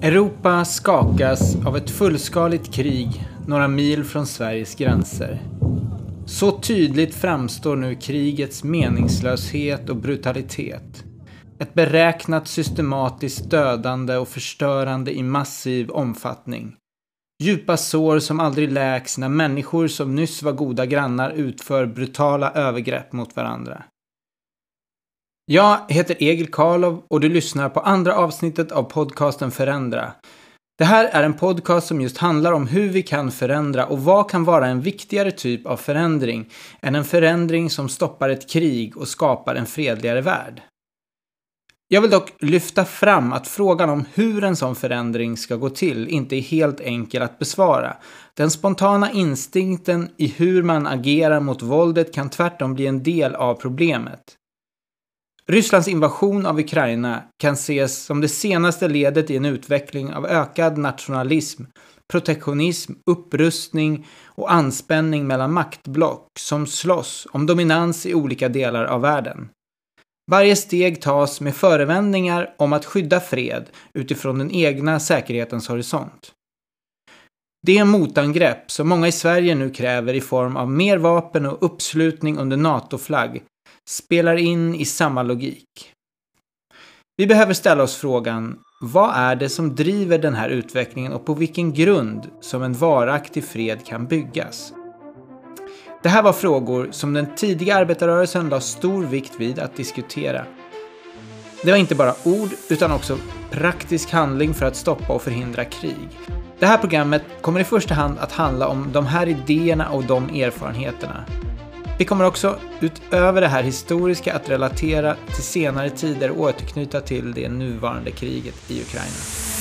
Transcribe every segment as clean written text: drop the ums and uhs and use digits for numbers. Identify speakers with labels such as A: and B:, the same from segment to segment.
A: Europa skakas av ett fullskaligt krig några mil från Sveriges gränser. Så tydligt framstår nu krigets meningslöshet och brutalitet. Ett beräknat systematiskt dödande och förstörande i massiv omfattning. Djupa sår som aldrig läks när människor som nyss var goda grannar utför brutala övergrepp mot varandra. Jag heter Egil Karlov och du lyssnar på andra avsnittet av podcasten Förändra. Det här är en podcast som just handlar om hur vi kan förändra och vad kan vara en viktigare typ av förändring än en förändring som stoppar ett krig och skapar en fredligare värld. Jag vill dock lyfta fram att frågan om hur en sån förändring ska gå till inte är helt enkel att besvara. Den spontana instinkten i hur man agerar mot våldet kan tvärtom bli en del av problemet. Rysslands invasion av Ukraina kan ses som det senaste ledet i en utveckling av ökad nationalism, protektionism, upprustning och anspänning mellan maktblock som slåss om dominans i olika delar av världen. Varje steg tas med förevändningar om att skydda fred utifrån den egna säkerhetens horisont. Det motangrepp som många i Sverige nu kräver i form av mer vapen och uppslutning under NATO-flagg spelar in i samma logik. Vi behöver ställa oss frågan, vad är det som driver den här utvecklingen och på vilken grund som en varaktig fred kan byggas? Det här var frågor som den tidiga arbetarrörelsen la stor vikt vid att diskutera. Det var inte bara ord utan också praktisk handling för att stoppa och förhindra krig. Det här programmet kommer i första hand att handla om de här idéerna och de erfarenheterna. Vi kommer också utöver det här historiska att relatera till senare tider och återknyta till det nuvarande kriget i Ukraina.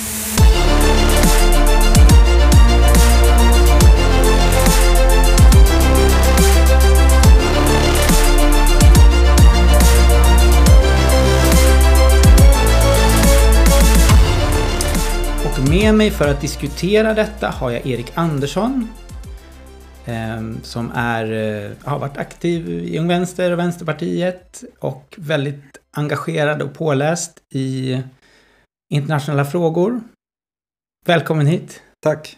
A: Och med mig för att diskutera detta har jag Erik Andersson. Som har varit aktiv i Ung Vänster och Vänsterpartiet och väldigt engagerad och påläst i internationella frågor. Välkommen hit.
B: Tack.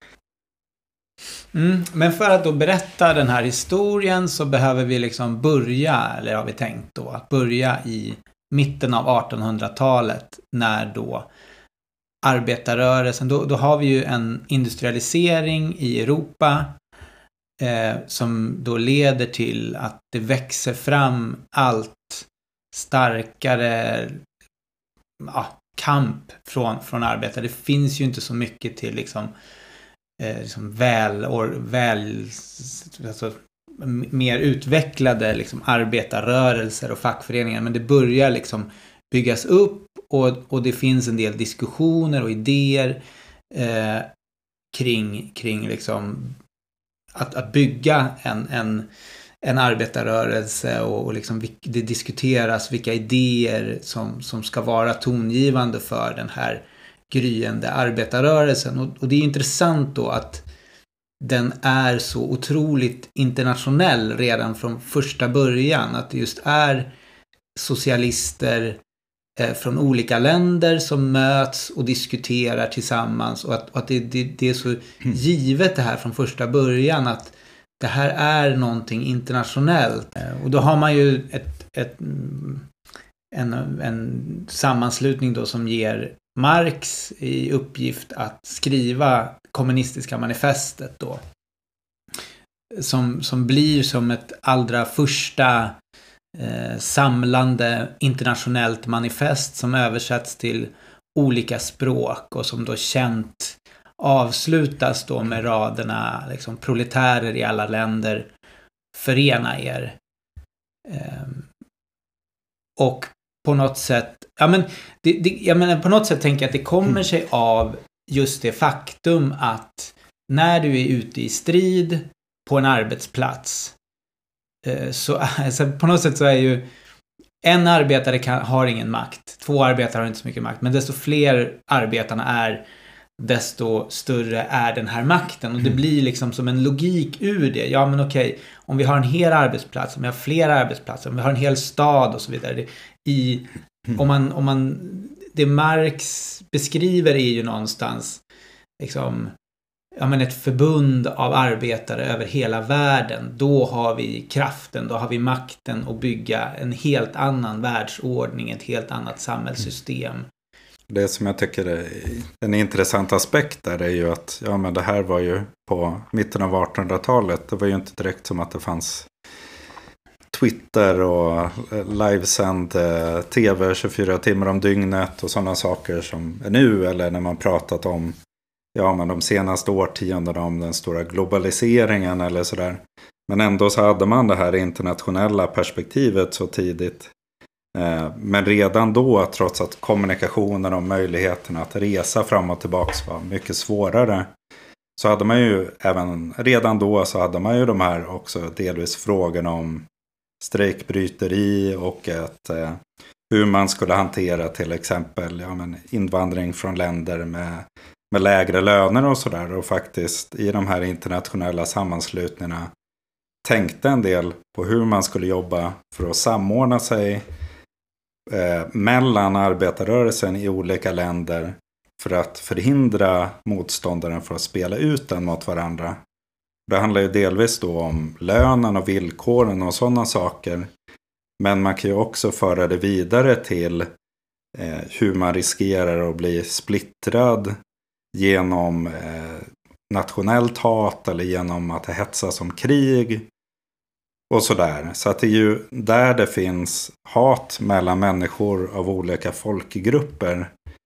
A: Men för att då berätta den här historien så behöver vi liksom börja, eller har vi tänkt då, att börja i mitten av 1800-talet när då arbetarrörelsen, då har vi ju en industrialisering i Europa som då leder till att det växer fram allt starkare kamp från arbetare. Det finns ju inte så mycket till liksom mer utvecklade liksom arbetarrörelser och fackföreningar, men det börjar liksom byggas upp och det finns en del diskussioner och idéer kring liksom att bygga en arbetarrörelse och liksom det diskuteras vilka idéer som ska vara tongivande för den här gryende arbetarrörelsen. Och det är intressant då att den är så otroligt internationell redan från första början. Att det just är socialister från olika länder som möts och diskuterar tillsammans och att det är så givet det här från första början att det här är någonting internationellt. Och då har man ju en sammanslutning då som ger Marx i uppgift att skriva kommunistiska manifestet då. Som blir som ett allra första samlande internationellt manifest som översätts till olika språk och som då känt avslutas då med raderna liksom, proletärer i alla länder, förena er. Och på något sätt på något sätt tänker jag att det kommer sig av just det faktum att när du är ute i strid på en arbetsplats så på något sätt så är ju en arbetare har ingen makt, 2 arbetare har inte så mycket makt, men desto fler arbetarna är, desto större är den här makten och det blir liksom som en logik ur det. Ja men okej, om vi har en hel arbetsplats, om vi har flera arbetsplatser, om vi har en hel stad och så vidare, i Det Marx beskriver är ju någonstans liksom, ett förbund av arbetare över hela världen. Då har vi kraften, då har vi makten att bygga en helt annan världsordning, ett helt annat samhällssystem.
B: Det som jag tycker är en intressant aspekt där är ju att det här var ju på mitten av 1800-talet. Det var ju inte direkt som att det fanns Twitter och livesänd tv 24 timmar om dygnet och sådana saker som är nu, eller när man pratat om de senaste årtiondena om den stora globaliseringen eller sådär. Men ändå så hade man det här internationella perspektivet så tidigt. Men redan då, trots att kommunikationen och möjligheten att resa fram och tillbaka var mycket svårare, så hade man ju redan då så hade man ju de här också delvis frågorna om strejkbryteri och hur man skulle hantera till exempel invandring från länder med lägre löner och sådär. Och faktiskt i de här internationella sammanslutningarna tänkte en del på hur man skulle jobba för att samordna sig mellan arbetarrörelsen i olika länder för att förhindra motståndaren för att spela ut den mot varandra. Det handlar ju delvis då om lönen och villkoren och sådana saker. Men man kan ju också föra det vidare till hur man riskerar att bli splittrad genom nationellt hat eller genom att hetsas om krig och sådär. Så att det är ju där det finns hat mellan människor av olika folkgrupper.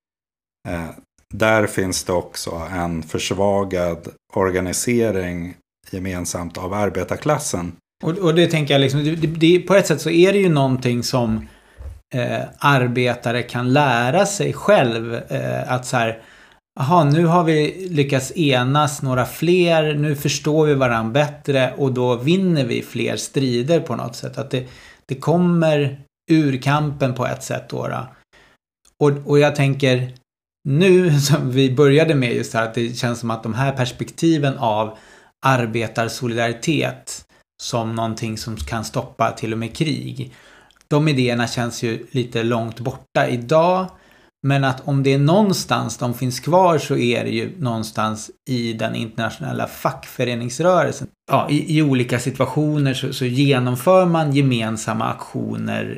B: Där finns det också en försvagad organisering gemensamt av arbetarklassen.
A: Och det tänker jag liksom, på ett sätt så är det ju någonting som arbetare kan lära sig själv. Att så här, nu har vi lyckats enas några fler, nu förstår vi varandra bättre och då vinner vi fler strider på något sätt. Att det kommer ur kampen på ett sätt då. Och jag tänker nu som vi började med just här, att det känns som att de här perspektiven av arbetarsolidaritet som någonting som kan stoppa till och med krig. De idéerna känns ju lite långt borta idag. Men att om det är någonstans de finns kvar så är det ju någonstans i den internationella fackföreningsrörelsen. Ja, i olika situationer så genomför man gemensamma aktioner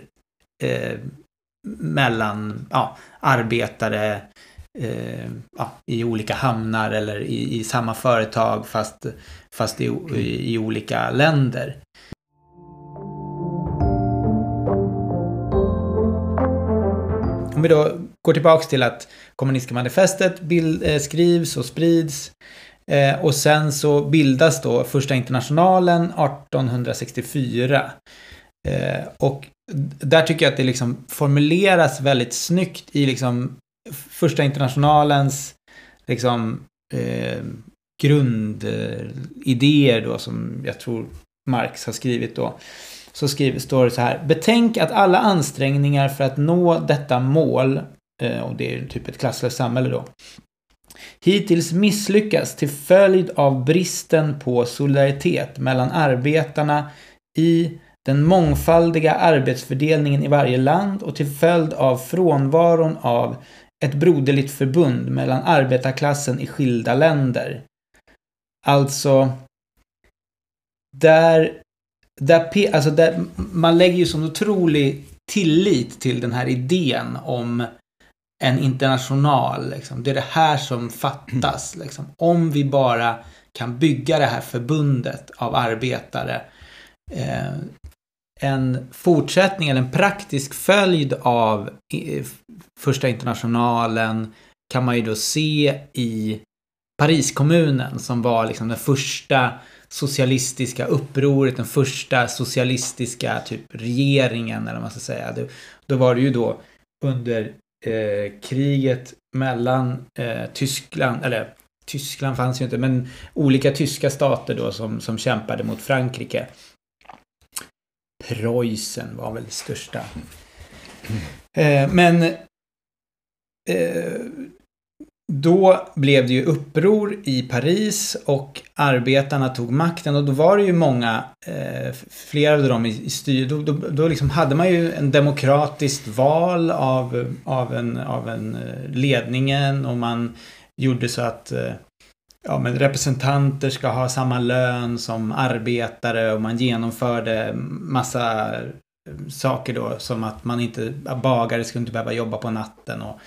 A: mellan arbetare i olika hamnar eller i samma företag fast i olika länder. Om vi då går tillbaka till att kommunistiska manifestet skrivs och sprids och sen så bildas då Första internationalen 1864 och där tycker jag att det liksom formuleras väldigt snyggt i liksom Första internationalens liksom grundidéer då som jag tror Marx har skrivit då. Så står det så här: betänk att alla ansträngningar för att nå detta mål, och det är typ ett klasslöst samhälle då, hittills misslyckas till följd av bristen på solidaritet mellan arbetarna i den mångfaldiga arbetsfördelningen i varje land och till följd av frånvaron av ett broderligt förbund mellan arbetarklassen i skilda länder. Alltså där man lägger ju sån otrolig tillit till den här idén om en international liksom. Det är det här som fattas liksom. Om vi bara kan bygga det här förbundet av arbetare, en fortsättning eller en praktisk följd av Första internationalen kan man ju då se i Pariskommunen som var liksom den första socialistiska upproret, den första socialistiska typ regeringen eller vad man ska säga. Då var det ju då under kriget mellan Tyskland fanns ju inte, men olika tyska stater då som kämpade mot Frankrike. Preussen var väl det största. Men då blev det ju uppror i Paris och arbetarna tog makten, och då var det ju många, flera av dem i styr, då liksom hade man ju en demokratiskt val av en ledningen, och man gjorde så att men representanter ska ha samma lön som arbetare, och man genomförde massa saker då, som att bagare skulle inte behöva jobba på natten, och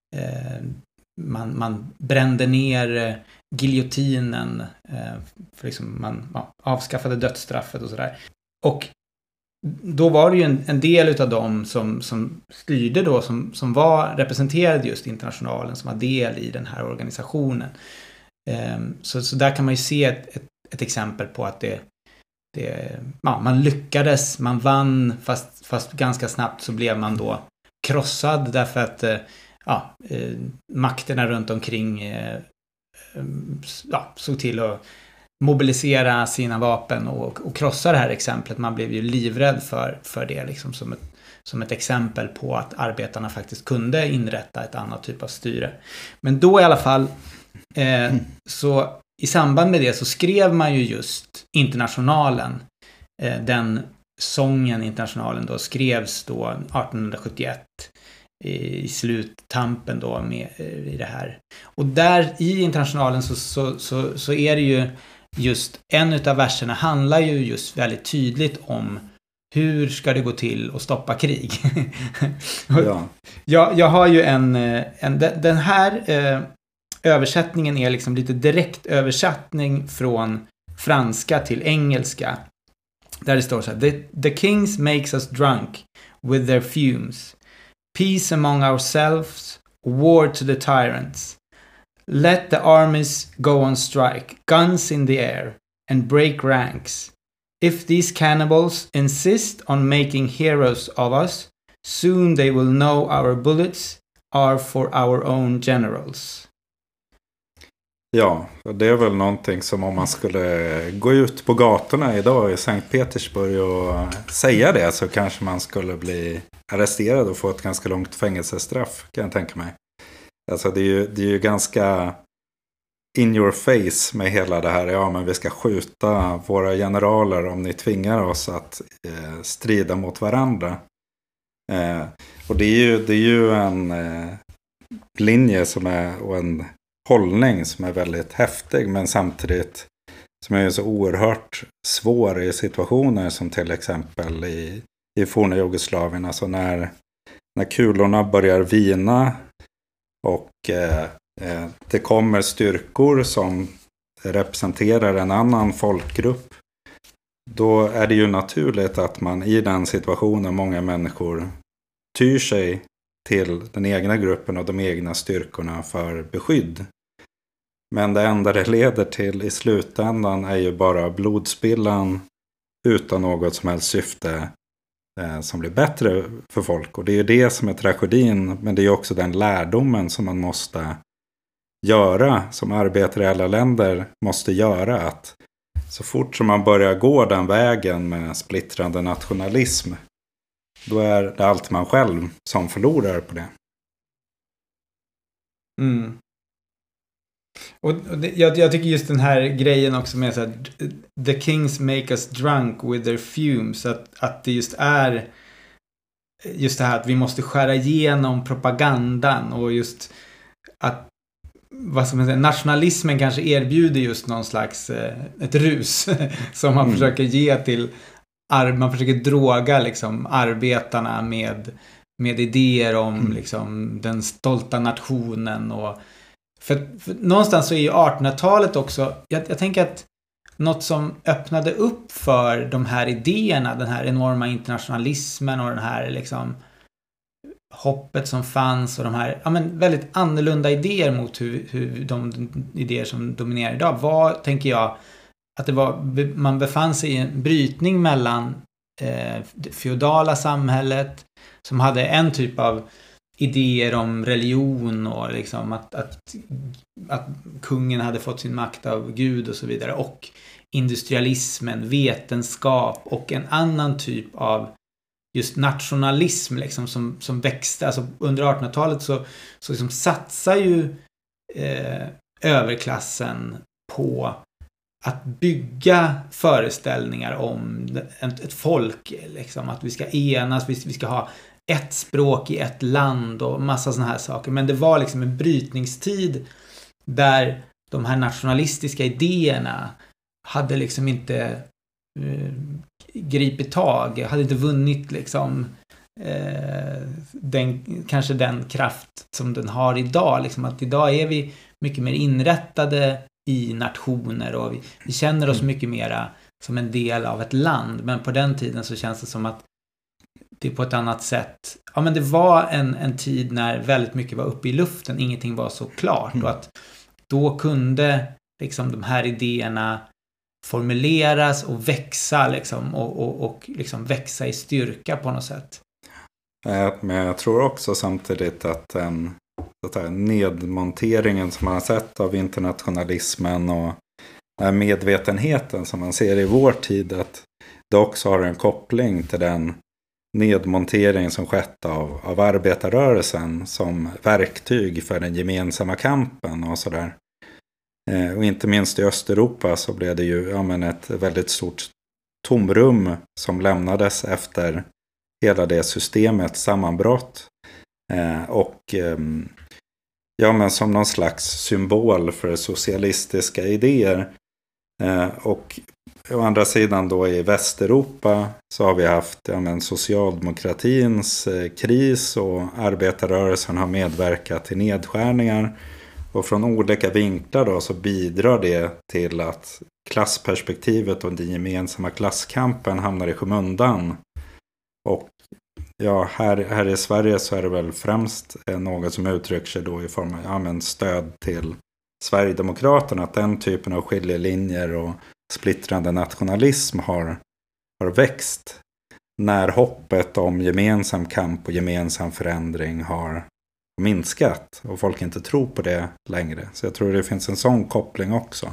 A: man brände ner giljotinen, för liksom man avskaffade dödsstraffet och sådär. Och då var det ju en del utav dem som styrde då, som var representerade just Internationalen, som var del i den här organisationen. Så där kan man ju se ett exempel på att man lyckades, man vann, fast ganska snabbt så blev man då krossad, därför att makterna runt omkring såg till att mobilisera sina vapen och krossa det här exemplet. Man blev ju livrädd för det, liksom som ett exempel på att arbetarna faktiskt kunde inrätta ett annat typ av styre. Men då i alla fall så i samband med det så skrev man ju just Internationalen. Den sången Internationalen då skrevs då 1871 i sluttampen då med i det här. Och där i Internationalen så är det ju just en utav verserna handlar ju just väldigt tydligt om hur ska det gå till att stoppa krig. Jag har ju den här översättningen är liksom lite direkt översättning från franska till engelska. Där det står så här: The kings makes us drunk with their fumes. Peace among ourselves, war to the tyrants. Let the armies go on strike, guns in the air, and break ranks. If these cannibals insist on making heroes of us, soon they will know our bullets are for our own generals.
B: Ja, och det är väl någonting som om man skulle gå ut på gatorna idag i Sankt Petersburg och säga det, så kanske man skulle bli arresterad och få ett ganska långt fängelsestraff, kan jag tänka mig. Alltså det är ju ganska in your face med hela det här. Ja, men vi ska skjuta våra generaler om ni tvingar oss att strida mot varandra. Och det är ju en linje som är, och en hållning som är väldigt häftig, men samtidigt som är så oerhört svår i situationer som till exempel i forna Jugoslavien. Alltså när kulorna börjar vina och det kommer styrkor som representerar en annan folkgrupp, då är det ju naturligt att man i den situationen, många människor tyr sig till den egna gruppen och de egna styrkorna för beskydd. Men det enda det leder till i slutändan är ju bara blodspillan utan något som helst syfte som blir bättre för folk. Och det är ju det som är tragedin, men det är ju också den lärdomen som man måste göra, som arbetare i alla länder måste göra, att så fort som man börjar gå den vägen med splittrande nationalism, då är det allt man själv som förlorar på det.
A: Mm. Och jag tycker just den här grejen också med så här, the kings make us drunk with their fumes, att det just är just det här att vi måste skära igenom propagandan, och just att vad ska man säga, nationalismen kanske erbjuder just någon slags ett rus som man försöker ge till man försöker droga liksom arbetarna med idéer om liksom den stolta nationen. Och för någonstans så är ju 1800-talet också, jag tänker att något som öppnade upp för de här idéerna, den här enorma internationalismen och den här liksom hoppet som fanns, och de här väldigt annorlunda idéer mot hur de idéer som dominerar idag var, tänker jag, att det var, man befann sig i en brytning mellan det feodala samhället som hade en typ av idéer om religion och liksom att kungen hade fått sin makt av Gud och så vidare, och industrialismen, vetenskap och en annan typ av just nationalism liksom som växte. Alltså under 1800-talet så liksom satsar ju överklassen på att bygga föreställningar om ett folk, liksom, att vi ska enas, vi ska ha ett språk i ett land och massa såna här saker. Men det var liksom en brytningstid där de här nationalistiska idéerna hade liksom inte gripit tag, hade inte vunnit liksom kanske den kraft som den har idag. Liksom, att idag är vi mycket mer inrättade i nationer och vi känner oss mycket mera som en del av ett land. Men på den tiden så känns det som att det på ett annat sätt, ja, men det var en tid när väldigt mycket var uppe i luften, ingenting var så klart, och att då kunde liksom de här idéerna formuleras och växa liksom, och liksom växa i styrka på något sätt.
B: Men jag tror också samtidigt att den nedmonteringen som man har sett av internationalismen och medvetenheten som man ser i vår tid, att det också har en koppling till den nedmontering som skett av arbetarrörelsen som verktyg för den gemensamma kampen och sådär. Och inte minst i Östeuropa så blev det ju ett väldigt stort tomrum som lämnades efter hela det systemets sammanbrott. Men som någon slags symbol för socialistiska idéer. Och å andra sidan då i Västeuropa så har vi haft socialdemokratins kris och arbetarrörelsen har medverkat till nedskärningar. Och från olika vinklar då så bidrar det till att klassperspektivet och den gemensamma klasskampen hamnar i skymundan. Och ja, här i Sverige så är det väl främst något som uttrycker sig då i form av stöd till Sverigedemokraterna, att den typen av skiljelinjer och splittrande nationalism har växt när hoppet om gemensam kamp och gemensam förändring har minskat och folk inte tror på det längre. Så jag tror det finns en sån koppling också.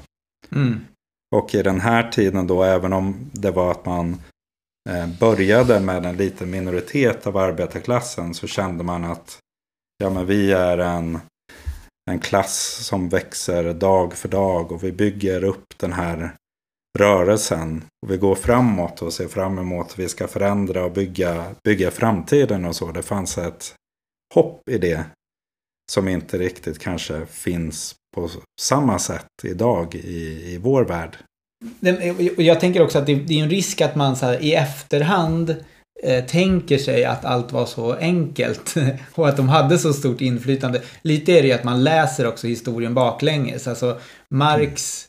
B: Och i den här tiden då, även om det var att man började med en liten minoritet av arbetarklassen, så kände man att vi är en klass som växer dag för dag och vi bygger upp den här rörelsen och vi går framåt och ser fram emot att vi ska förändra och bygga framtiden och så. Det fanns ett hopp i det som inte riktigt kanske finns på samma sätt idag i vår värld.
A: Jag tänker också att det är en risk att man så här, i efterhand tänker sig att allt var så enkelt och att de hade så stort inflytande. Lite är det att man läser också historien baklänges. Alltså Marx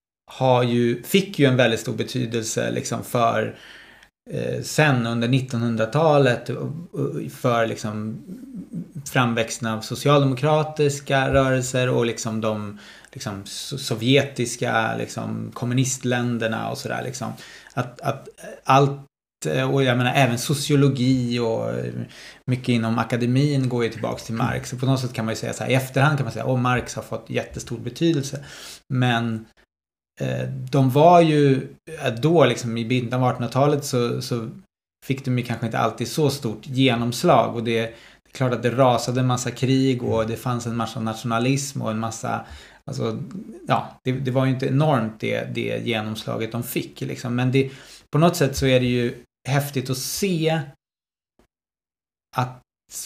A: fick ju en väldigt stor betydelse liksom för sen under 1900-talet för liksom framväxten av socialdemokratiska rörelser och liksom de liksom sovjetiska liksom kommunistländerna och sådär liksom. Att allt, och jag menar även sociologi och mycket inom akademin går ju tillbaka till Marx. Och på något sätt kan man ju säga så här, i efterhand kan man säga att Marx har fått jättestor betydelse. Men de var ju då liksom i början av 1800-talet så fick de ju kanske inte alltid så stort genomslag, och det är klart att det rasade en massa krig och det fanns en massa nationalism och en massa, alltså ja, det var ju inte enormt det genomslaget de fick liksom. Men på något sätt så är det ju häftigt att se att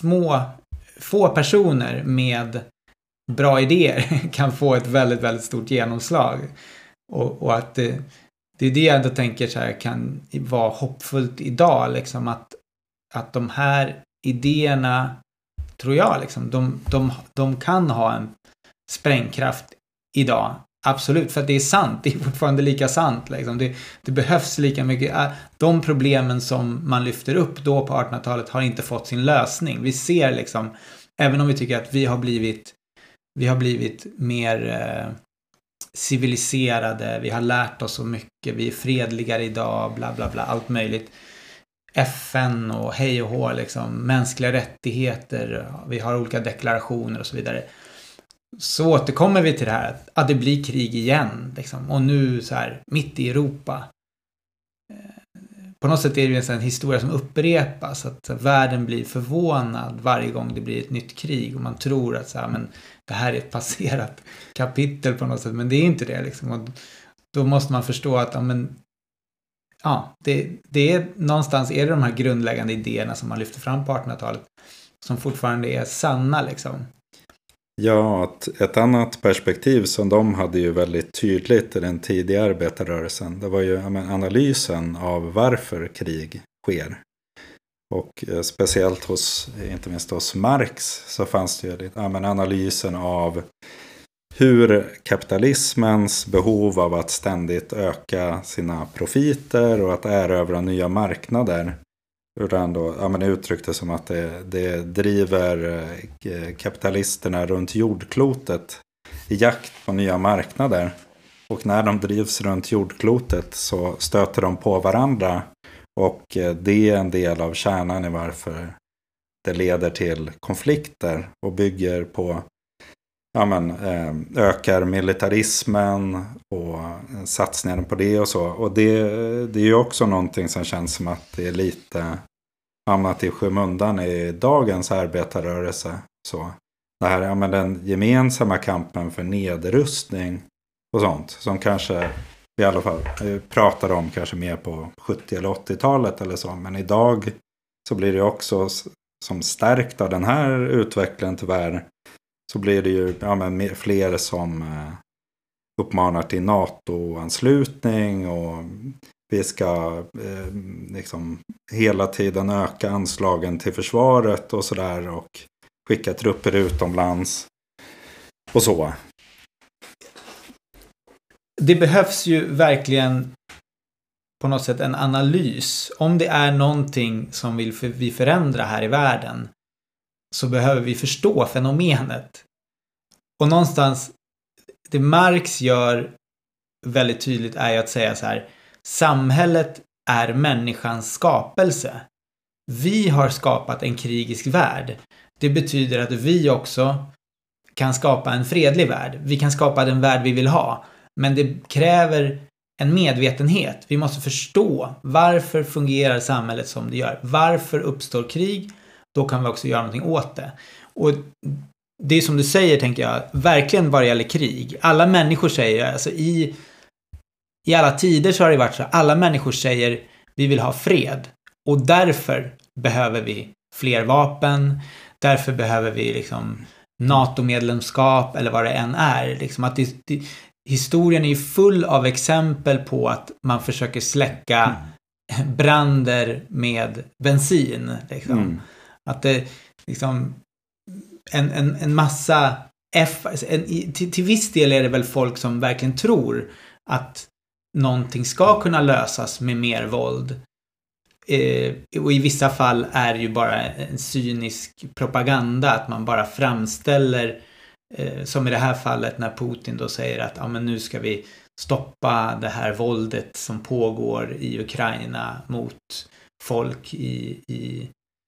A: få personer med bra idéer kan få ett väldigt, väldigt stort genomslag. Och att det är det jag ändå tänker så här kan vara hoppfullt idag liksom, att de här idéerna tror jag liksom, de kan ha en sprängkraft idag. Absolut, för att det är sant. Det är fortfarande lika sant liksom. Det behövs lika mycket. De problemen som man lyfter upp då på 1800-talet har inte fått sin lösning. Vi ser liksom, även om vi tycker att vi har blivit mer civiliserade, vi har lärt oss så mycket, vi är fredligare idag, bla bla bla, allt möjligt. FN och hej och hå liksom, mänskliga rättigheter, vi har olika deklarationer och så vidare. Så återkommer vi till det här att det blir krig igen liksom. Och nu så här mitt i Europa på något sätt är det en historia som upprepas, att världen blir förvånad varje gång det blir ett nytt krig och man tror att så här, men det här är ett passerat kapitel på något sätt, men det är inte det liksom. Och då måste man förstå att det är någonstans är det de här grundläggande idéerna som man lyfter fram på 1800-talet som fortfarande är sanna liksom.
B: Ja, ett annat perspektiv som de hade ju väldigt tydligt i den tidiga arbetarrörelsen, det var ju analysen av varför krig sker. Och speciellt inte minst hos Marx, så fanns det ju analysen av hur kapitalismens behov av att ständigt öka sina profiter och att erövra nya marknader, hur den då uttryckte som att det driver kapitalisterna runt jordklotet i jakt på nya marknader. Och när de drivs runt jordklotet så stöter de på varandra, och det är en del av kärnan i varför det leder till konflikter och bygger på ökar militarismen och satsningen på det och så. Och det är ju också någonting som känns som att det är lite hamnat i skymundan i dagens arbetarrörelse. Så det här, den gemensamma kampen för nedrustning och sånt, som kanske vi i alla fall pratade om kanske mer på 70- eller 80-talet eller så. Men idag så blir det också som stärkt av den här utvecklingen tyvärr, så blir det ju fler som uppmanar till NATO-anslutning, och vi ska liksom hela tiden öka anslagen till försvaret och sådär, och skicka trupper utomlands och så.
A: Det behövs ju verkligen på något sätt en analys. Om det är någonting som vi förändra här i världen, så behöver vi förstå fenomenet. Och någonstans, det Marx gör väldigt tydligt är ju att säga så här: samhället är människans skapelse. Vi har skapat en krigisk värld. Det betyder att vi också kan skapa en fredlig värld. Vi kan skapa den värld vi vill ha. Men det kräver en medvetenhet. Vi måste förstå varför fungerar samhället som det gör. Varför uppstår krig? Då kan vi också göra någonting åt det. Och det är som du säger, tänker jag, verkligen vad det gäller krig. Alla människor säger, alltså i alla tider så har det varit så. Alla människor säger vi vill ha fred. Och därför behöver vi fler vapen. Därför behöver vi liksom NATO-medlemskap eller vad det än är. Liksom att historien är ju full av exempel på att man försöker släcka brander med bensin. Liksom. Att det liksom en massa till viss del är det väl folk som verkligen tror att någonting ska kunna lösas med mer våld. Och i vissa fall är det ju bara en cynisk propaganda, att man bara framställer, som i det här fallet när Putin då säger att men nu ska vi stoppa det här våldet som pågår i Ukraina mot folk i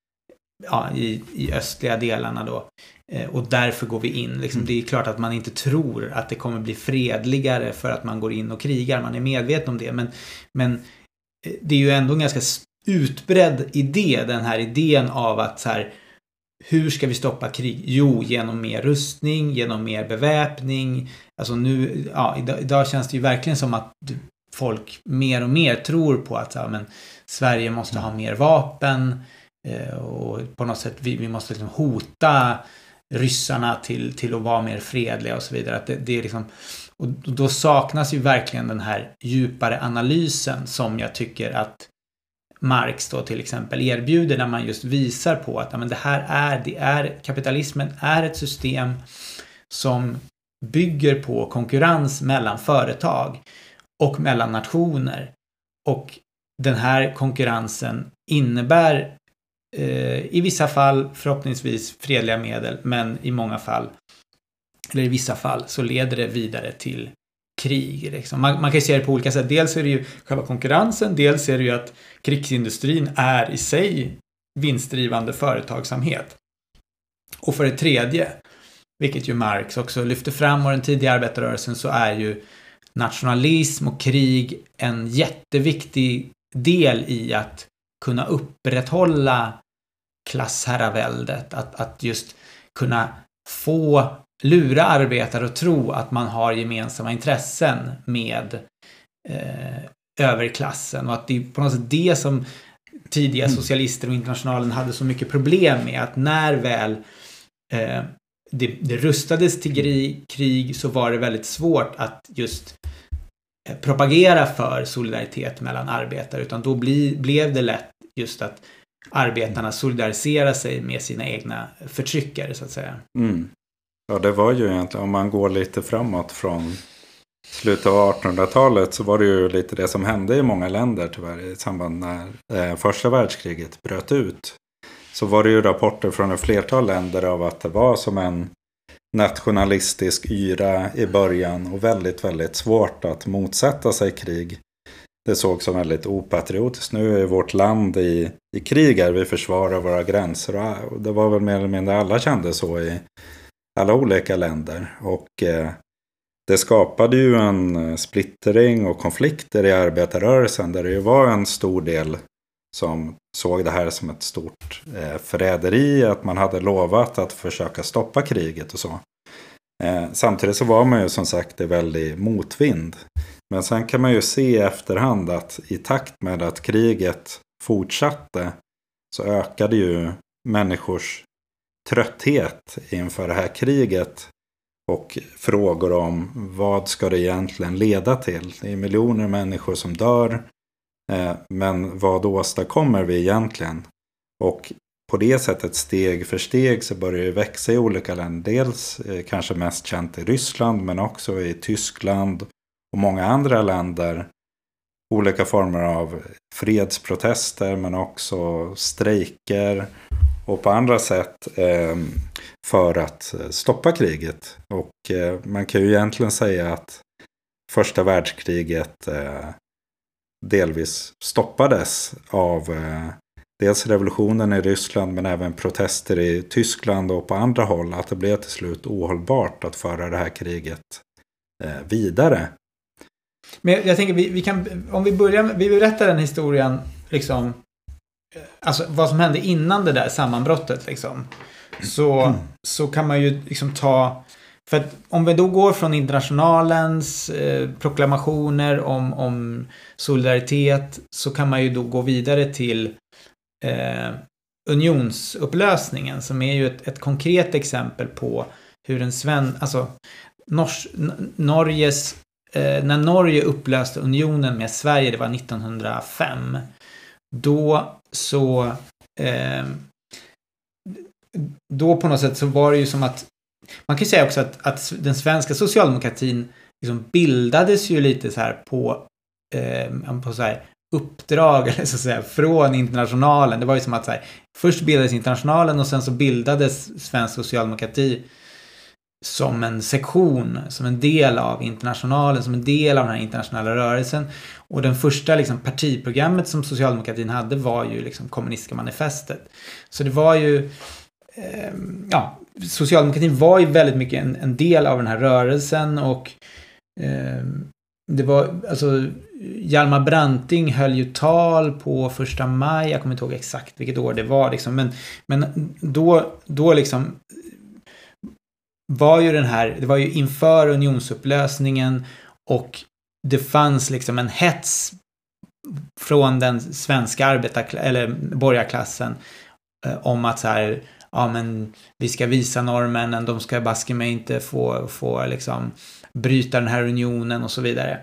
A: östliga delarna då. Och därför går vi in. Liksom, det är klart att man inte tror att det kommer bli fredligare för att man går in och krigar. Man är medveten om det. Men det är ju ändå en ganska utbredd idé, den här idén av att så här, hur ska vi stoppa krig? Jo, genom mer rustning, genom mer beväpning. Alltså nu, idag känns det ju verkligen som att folk mer och mer tror på att men Sverige måste ha mer vapen. Och på något sätt vi måste liksom hota ryssarna till att vara mer fredliga och så vidare. Att det är liksom, och då saknas ju verkligen den här djupare analysen som jag tycker att Marx då till exempel erbjuder, när man just visar på att men det är kapitalismen är ett system som bygger på konkurrens mellan företag och mellan nationer, och den här konkurrensen innebär i vissa fall förhoppningsvis fredliga medel, men i många fall, eller i vissa fall, så leder det vidare till krig. Liksom. Man kan ju se det på olika sätt. Dels är det ju själva konkurrensen, dels är det ju att krigsindustrin är i sig vinstdrivande företagsamhet. Och för det tredje, vilket ju Marx också lyfter fram och den tidiga arbetarrörelsen, så är ju nationalism och krig en jätteviktig del i att kunna upprätthålla klassherraväldet. Att just kunna få lura arbetare att tro att man har gemensamma intressen med överklassen. Och att det är på något sätt det som tidiga socialister och internationalen hade så mycket problem med. Att när väl det rustades till krig så var det väldigt svårt att just propagera för solidaritet mellan arbetare, utan då blev det lätt just att arbetarna solidariserar sig med sina egna förtryckare så att säga.
B: Mm. Ja, det var ju egentligen, om man går lite framåt från slutet av 1800-talet så var det ju lite det som hände i många länder tyvärr i samband när första världskriget bröt ut. Så var det ju rapporter från ett flertal länder av att det var som en nationalistisk yra i början och väldigt, väldigt svårt att motsätta sig krig. Det såg som väldigt opatriotiskt. Nu är vårt land i krig här, vi försvarar våra gränser och det var väl mer eller mindre alla kände så i alla olika länder. Och det skapade ju en splittring och konflikter i arbetarrörelsen där det ju var en stor del som såg det här som ett stort förräderi, att man hade lovat att försöka stoppa kriget och så. Samtidigt så var man ju som sagt i väldigt motvind. Men sen kan man ju se i efterhand att i takt med att kriget fortsatte så ökade ju människors trötthet inför det här kriget och frågor om vad ska det egentligen leda till. Det är miljoner människor som dör, men vad åstadkommer vi egentligen? Och på det sättet steg för steg så börjar det växa i olika länder. Dels kanske mest känt i Ryssland men också i Tyskland och många andra länder. Olika former av fredsprotester men också strejker och på andra sätt för att stoppa kriget. Och man kan ju egentligen säga att första världskriget delvis stoppades av dels revolutionen i Ryssland men även protester i Tyskland och på andra håll. Att det blev till slut ohållbart att föra det här kriget vidare.
A: Men jag tänker vi kan, om vi börjar, vi berättar den historien liksom, alltså vad som hände innan det där sammanbrottet liksom. Så kan man ju liksom ta, för att om vi då går från internationalens proklamationer om solidaritet så kan man ju då gå vidare till unionsupplösningen som är ju ett konkret exempel på hur när Norge upplöste unionen med Sverige, det var 1905, då på något sätt så var det ju som att man kan säga också att den svenska socialdemokratin liksom bildades ju lite så här på så här uppdrag eller så att säga från internationalen. Det var ju som att så här, först bildades internationalen och sen så bildades svensk socialdemokrati som en sektion, som en del av internationalen, som en del av den här internationella rörelsen. Och den första liksom partiprogrammet som socialdemokratin hade var ju liksom kommunistiska manifestet. Så det var ju socialdemokratin var ju väldigt mycket en del av den här rörelsen och det var alltså Hjalmar Branting höll ju tal på 1 maj, jag kommer inte ihåg exakt vilket år det var liksom, men då liksom var ju det var ju inför unionsupplösningen och det fanns liksom en hets från den svenska eller borgarklassen om att så här, ja men vi ska visa norrmännen, de ska baske mig inte få liksom bryta den här unionen och så vidare.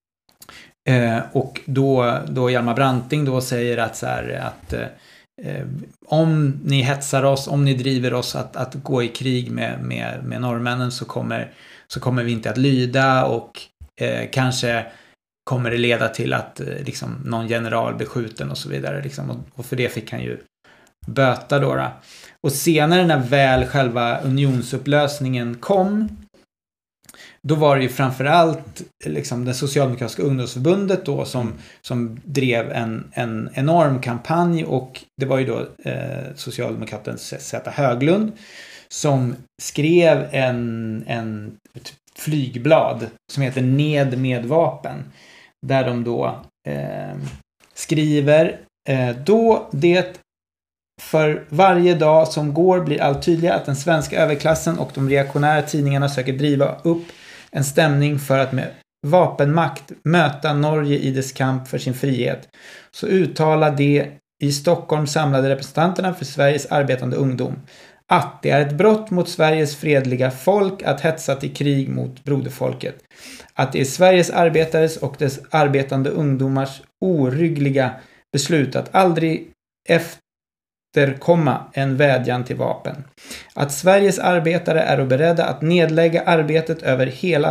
A: Och då Hjalmar Branting då säger att så här, att om ni hetsar oss, om ni driver oss att gå i krig med norrmännen så kommer vi inte att lyda och kanske kommer det leda till att liksom någon general blir skjuten och så vidare liksom, och för det fick han ju böta då. Och senare när väl själva unionsupplösningen kom, då var det ju framförallt liksom det socialdemokratiska ungdomsförbundet då som drev en enorm kampanj och det var ju då socialdemokraten Z. Höglund som skrev ett flygblad som heter Ned med vapen där de då skriver då det för varje dag som går blir allt tydligare att den svenska överklassen och de reaktionära tidningarna söker driva upp en stämning för att med vapenmakt möta Norge i dess kamp för sin frihet, så uttalar de i Stockholm samlade representanterna för Sveriges arbetande ungdom att det är ett brott mot Sveriges fredliga folk att hetsa till krig mot broderfolket. Att det är Sveriges arbetares och dess arbetande ungdomars oryggliga beslut att aldrig efterkomma en vädjan till vapen. Att Sveriges arbetare är beredda att nedlägga arbetet över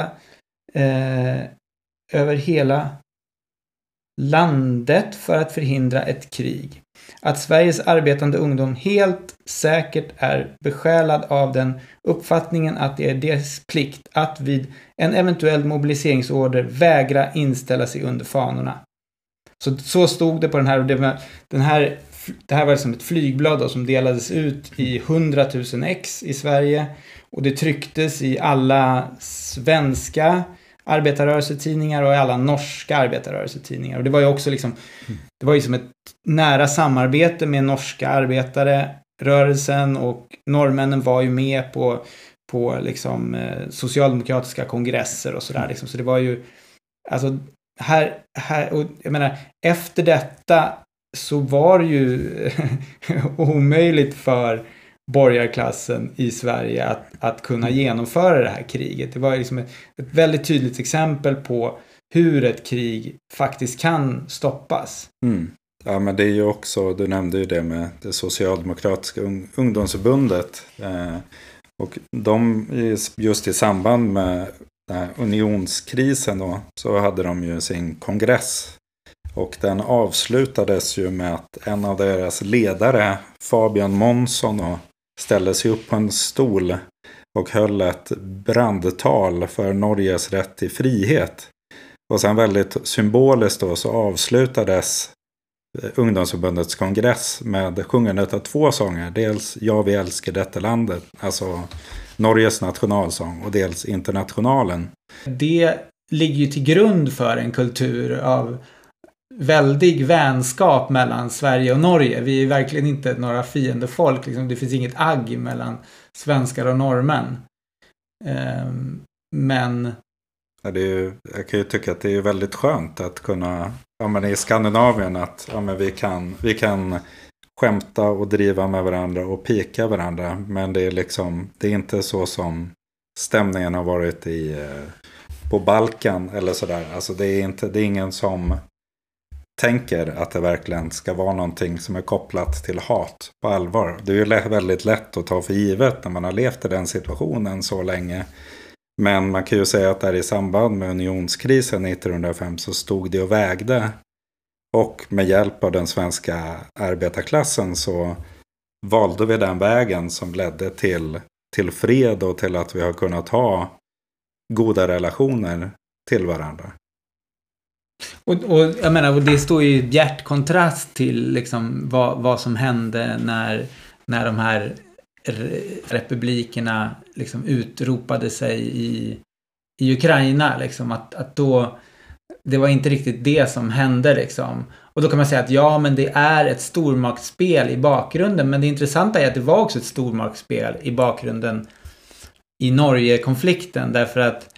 A: hela landet för att förhindra ett krig. Att Sveriges arbetande ungdom helt säkert är besjälad av den uppfattningen att det är dess plikt att vid en eventuell mobiliseringsorder vägra inställa sig under fanorna. Så stod det på den här, och det här var som ett flygblad då, som delades ut i 100 000 ex i Sverige, och det trycktes i alla svenska arbetarrörelsetidningar och i alla norska arbetarrörelsetidningar. Och det var ju också liksom, det var ju som ett nära samarbete med norska arbetarrörelsen, och norrmännen var ju med på liksom socialdemokratiska kongresser och sådär liksom. Så det var ju, alltså här och jag menar, efter detta så var det ju omöjligt för borgarklassen i Sverige att kunna genomföra det här kriget. Det var liksom ett väldigt tydligt exempel på hur ett krig faktiskt kan stoppas.
B: Mm. Ja, men det är ju också, du nämnde ju det med det socialdemokratiska ungdomsförbundet. Och de, just i samband med den här unionskrisen då, så hade de ju sin kongress. Och den avslutades ju med att en av deras ledare, Fabian Månsson, då, ställde sig upp på en stol och höll ett brandtal för Norges rätt till frihet. Och sen väldigt symboliskt då så avslutades ungdomsförbundets kongress med sjungande av 2 sånger. Dels Ja, vi älskar detta landet, alltså Norges nationalsång, och dels Internationalen.
A: Det ligger ju till grund för en kultur av väldig vänskap mellan Sverige och Norge. Vi är verkligen inte några fiendefolk. Liksom. Det finns inget agg mellan svenskar och norrmän. Men...
B: Ja, det är ju, jag kan ju tycka att det är väldigt skönt att kunna, ja, men i Skandinavien, att ja, men vi kan skämta och driva med varandra och pika varandra. Men det är liksom, det är inte så som stämningen har varit på Balkan eller sådär. Alltså det är ingen som tänker att det verkligen ska vara någonting som är kopplat till hat på allvar. Det är ju väldigt lätt att ta för givet när man har levt i den situationen så länge. Men man kan ju säga att där i samband med unionskrisen 1905 så stod det och vägde. Och med hjälp av den svenska arbetarklassen så valde vi den vägen som ledde till fred och till att vi har kunnat ha goda relationer till varandra.
A: Och jag menar, och det står ju i hjärtkontrast till liksom vad som hände när de här republikerna liksom utropade sig i Ukraina liksom, att då det var inte riktigt det som hände liksom. Och då kan man säga att ja, men det är ett stormaktsspel i bakgrunden, men det intressanta är att det var också ett stormaktsspel i bakgrunden i Norge-konflikten, därför att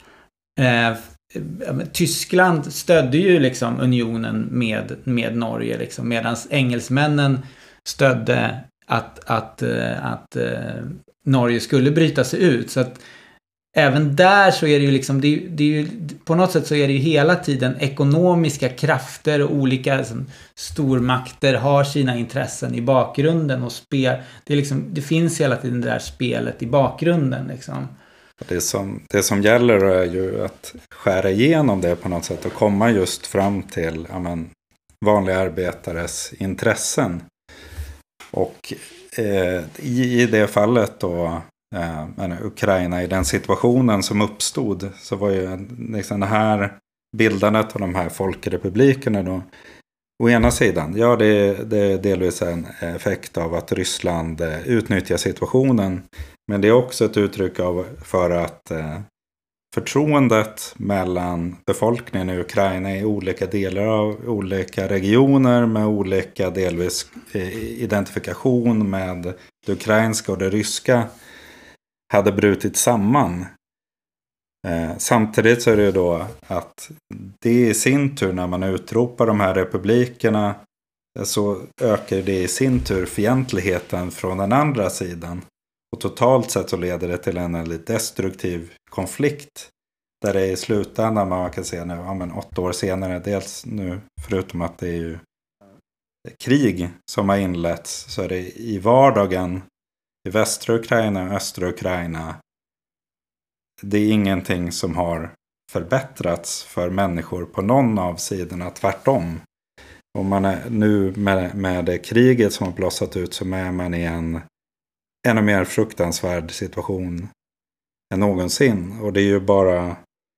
A: Tyskland stödde ju liksom unionen med Norge liksom, medan engelsmännen stödde att Norge skulle bryta sig ut. Så att även där så är det ju liksom, det är ju, på något sätt så är det ju hela tiden ekonomiska krafter och olika liksom, stormakter har sina intressen i bakgrunden och det är liksom, det finns hela tiden det där spelet i bakgrunden liksom.
B: Det som gäller är ju att skära igenom det på något sätt och komma just fram till vanliga arbetares intressen. Och i det fallet då Ukraina, i den situationen som uppstod, så var ju liksom det här bildandet av de här folkrepublikerna då, å ena sidan, ja det är delvis en effekt av att Ryssland utnyttjar situationen, men det är också ett uttryck för att förtroendet mellan befolkningen i Ukraina i olika delar av olika regioner med olika delvis identifikation med det ukrainska och det ryska hade brutit samman. Samtidigt så är det ju då att det i sin tur, när man utropar de här republikerna, så ökar det i sin tur fientligheten från den andra sidan. Och totalt sett så leder det till en väldigt destruktiv konflikt. Där det i slutändan man kan se nu, 8 år senare, dels nu förutom att det är ju krig som har inletts, så är det i vardagen i västra Ukraina och östra Ukraina. Det är ingenting som har förbättrats för människor på någon av sidorna, tvärtom. Och man är nu med det kriget som har blossat ut, så är man i en ännu mer fruktansvärd situation än någonsin. Och det är ju bara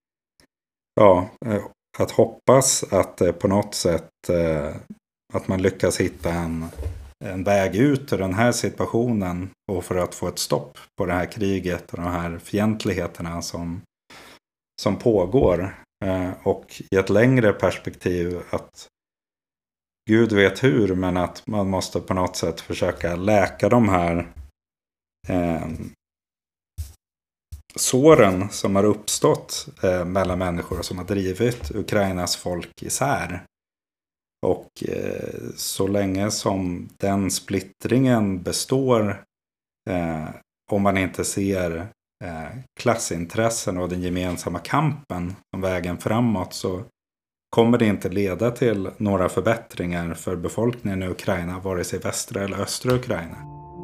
B: att hoppas att på något sätt att man lyckas hitta en väg ut ur den här situationen, och för att få ett stopp på det här kriget och de här fientligheterna som pågår. Och i ett längre perspektiv att Gud vet hur, men att man måste på något sätt försöka läka de här såren som har uppstått mellan människor som har drivit Ukrainas folk isär. Och så länge som den splittringen består, om man inte ser klassintressen och den gemensamma kampen som vägen framåt, så kommer det inte leda till några förbättringar för befolkningen i Ukraina, vare sig västra eller östra Ukraina.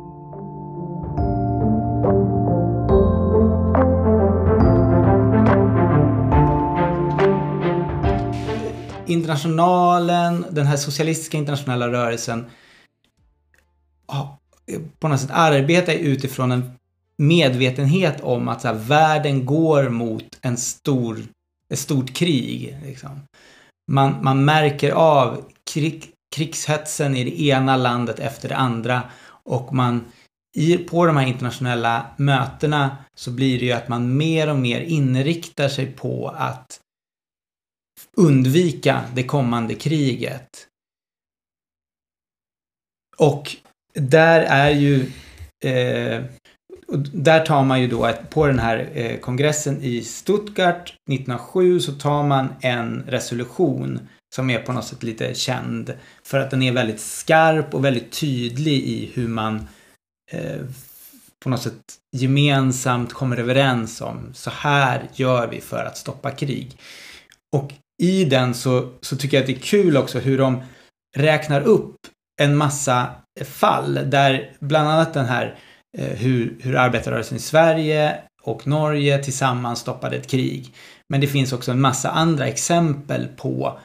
A: Internationalen, den här socialistiska internationella rörelsen, på något sätt arbetar utifrån en medvetenhet om att så här, världen går mot ett stort krig. Liksom. Man märker av krigshetsen i det ena landet efter det andra, och på de här internationella mötena så blir det ju att man mer och mer inriktar sig på att undvika det kommande kriget. Och där är ju där tar man ju då på den här kongressen i Stuttgart 1907 så tar man en resolution som är på något sätt lite känd för att den är väldigt skarp och väldigt tydlig i hur man på något sätt gemensamt kommer överens om så här gör vi för att stoppa krig. Och i den så tycker jag att det är kul också hur de räknar upp en massa fall där bland annat den här hur arbetarrörelsen i Sverige och Norge tillsammans stoppade ett krig. Men det finns också en massa andra exempel på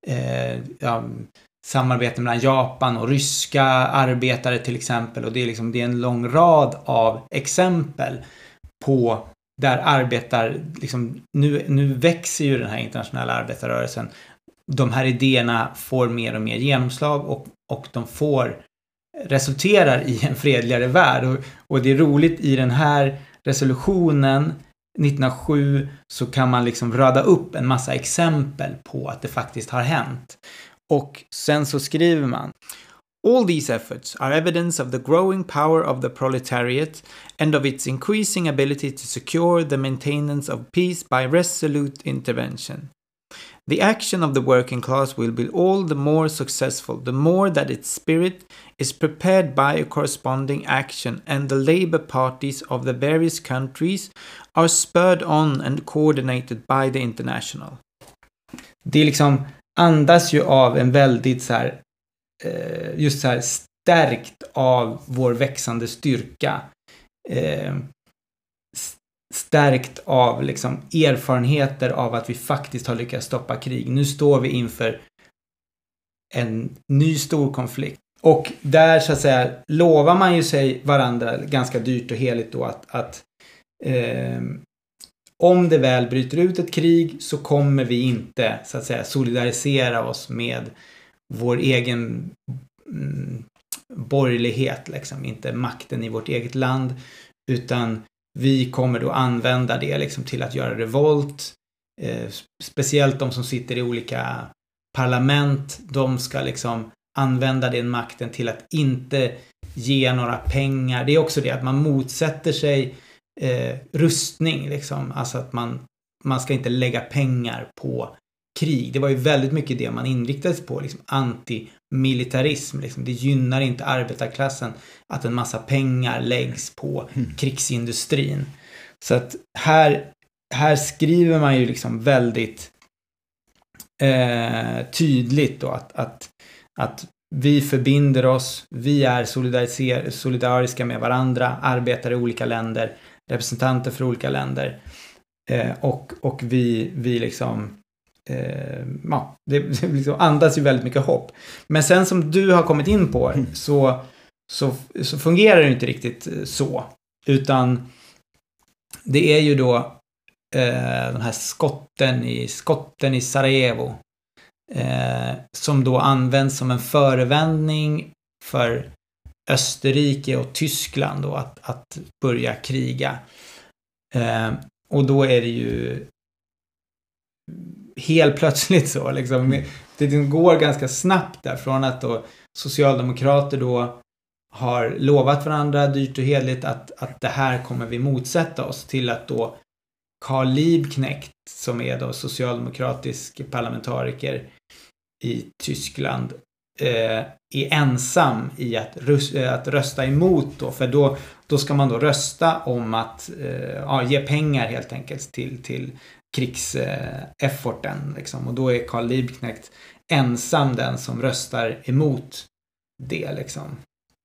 A: samarbete mellan Japan och ryska arbetare till exempel. Och det är en lång rad av exempel på där nu växer ju den här internationella arbetarrörelsen. De här idéerna får mer och mer genomslag och de resulterar i en fredligare värld. Och det är roligt, i den här resolutionen 1907 så kan man rada upp en massa exempel på att det faktiskt har hänt. Och sen så skriver man: All these efforts are evidence of the growing power of the proletariat and of its increasing ability to secure the maintenance of peace by resolute intervention. The action of the working class will be all the more successful the more that its spirit is prepared by a corresponding action, and the labor parties of the various countries are spurred on and coordinated by the international. Det andas ju av en väldigt stärkt av vår växande styrka. Stärkt av erfarenheter av att vi faktiskt har lyckats stoppa krig. Nu står vi inför en ny stor konflikt. Och där lovar man ju sig varandra ganska dyrt och heligt då att om det väl bryter ut ett krig så kommer vi inte solidarisera oss med vår egen borgerlighet, inte makten i vårt eget land, utan vi kommer då använda det liksom till att göra revolt. Speciellt de som sitter i olika parlament, de ska liksom använda den makten till att inte ge några pengar. Det är också det att man motsätter sig rustning liksom. Alltså att man ska inte lägga pengar på krig. Det var ju väldigt mycket det man inriktades på, liksom antimilitarism. Liksom. Det gynnar inte arbetarklassen att en massa pengar läggs på krigsindustrin. Så att här skriver man ju liksom väldigt tydligt då att vi förbinder oss, vi är solidariska med varandra, arbetar i olika länder, representanter för olika länder, och vi liksom det liksom andas ju väldigt mycket hopp. Men sen som du har kommit in på så fungerar det inte riktigt så, utan det är ju då de här skotten i Sarajevo som då används som en förevändning för Österrike och Tyskland då att börja kriga. Och då är det ju helt plötsligt så liksom, det går ganska snabbt där från att då socialdemokrater då har lovat varandra dyrt och heligt att det här kommer vi motsätta oss, till att då Karl Liebknecht, som är då socialdemokratisk parlamentariker i Tyskland, är ensam i att rösta emot då, för då ska man då rösta om att ge pengar helt enkelt till krigsefforten liksom. Och då är Karl Liebknecht ensam den som röstar emot det liksom.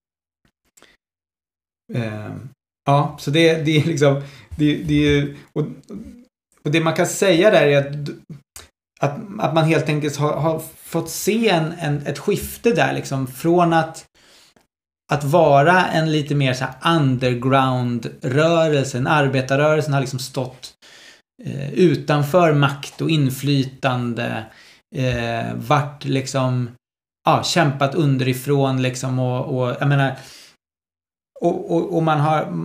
A: Så det är liksom det är, och det man kan säga där är att man helt enkelt har fått se ett skifte där liksom, från att vara en lite mer så här underground-rörelse. En arbetarrörelsen har liksom stått utanför makt och inflytande, vart liksom kämpat underifrån liksom, och jag menar, och man har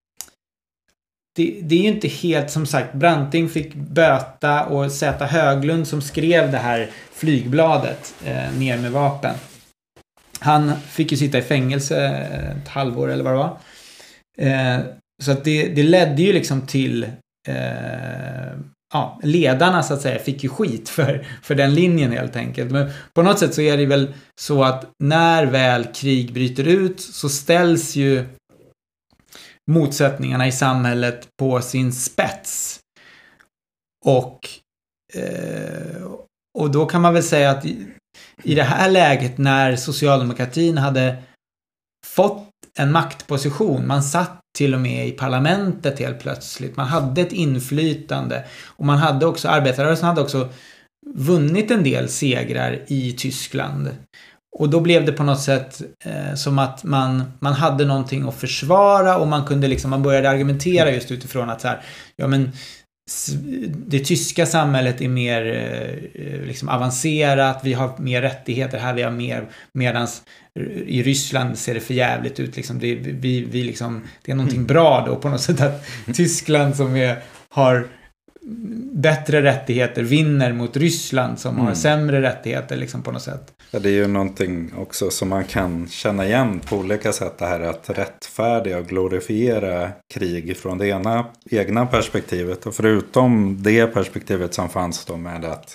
A: det är ju inte helt, som sagt, Branting fick böta, och Z. Höglund som skrev det här flygbladet ner med vapen, han fick ju sitta i fängelse ett halvår eller vad det var. Så att det ledde ju liksom till ledarna så att säga fick ju skit för den linjen helt enkelt. Men på något sätt så är det väl så att när väl krig bryter ut så ställs ju motsättningarna i samhället på sin spets. Och då kan man väl säga att i det här läget, när socialdemokratin hade fått en maktposition, man satt till och med i parlamentet helt plötsligt, man hade ett inflytande, och man hade också, arbetarrörelsen hade också vunnit en del segrar i Tyskland. Och då blev det på något sätt som att man hade någonting att försvara, och man kunde liksom, man började argumentera just utifrån att så här, ja men det tyska samhället är mer liksom avancerat, vi har mer rättigheter här, vi har mer, medans i Ryssland ser det för jävligt ut liksom, vi liksom, det är någonting bra då på något sätt, att Tyskland som har bättre rättigheter vinner mot Ryssland som har sämre rättigheter liksom, på något sätt.
B: Ja, det är ju någonting också som man kan känna igen på olika sätt, det här att rättfärdiga och glorifiera krig från det egna perspektivet. Och förutom det perspektivet som fanns då med att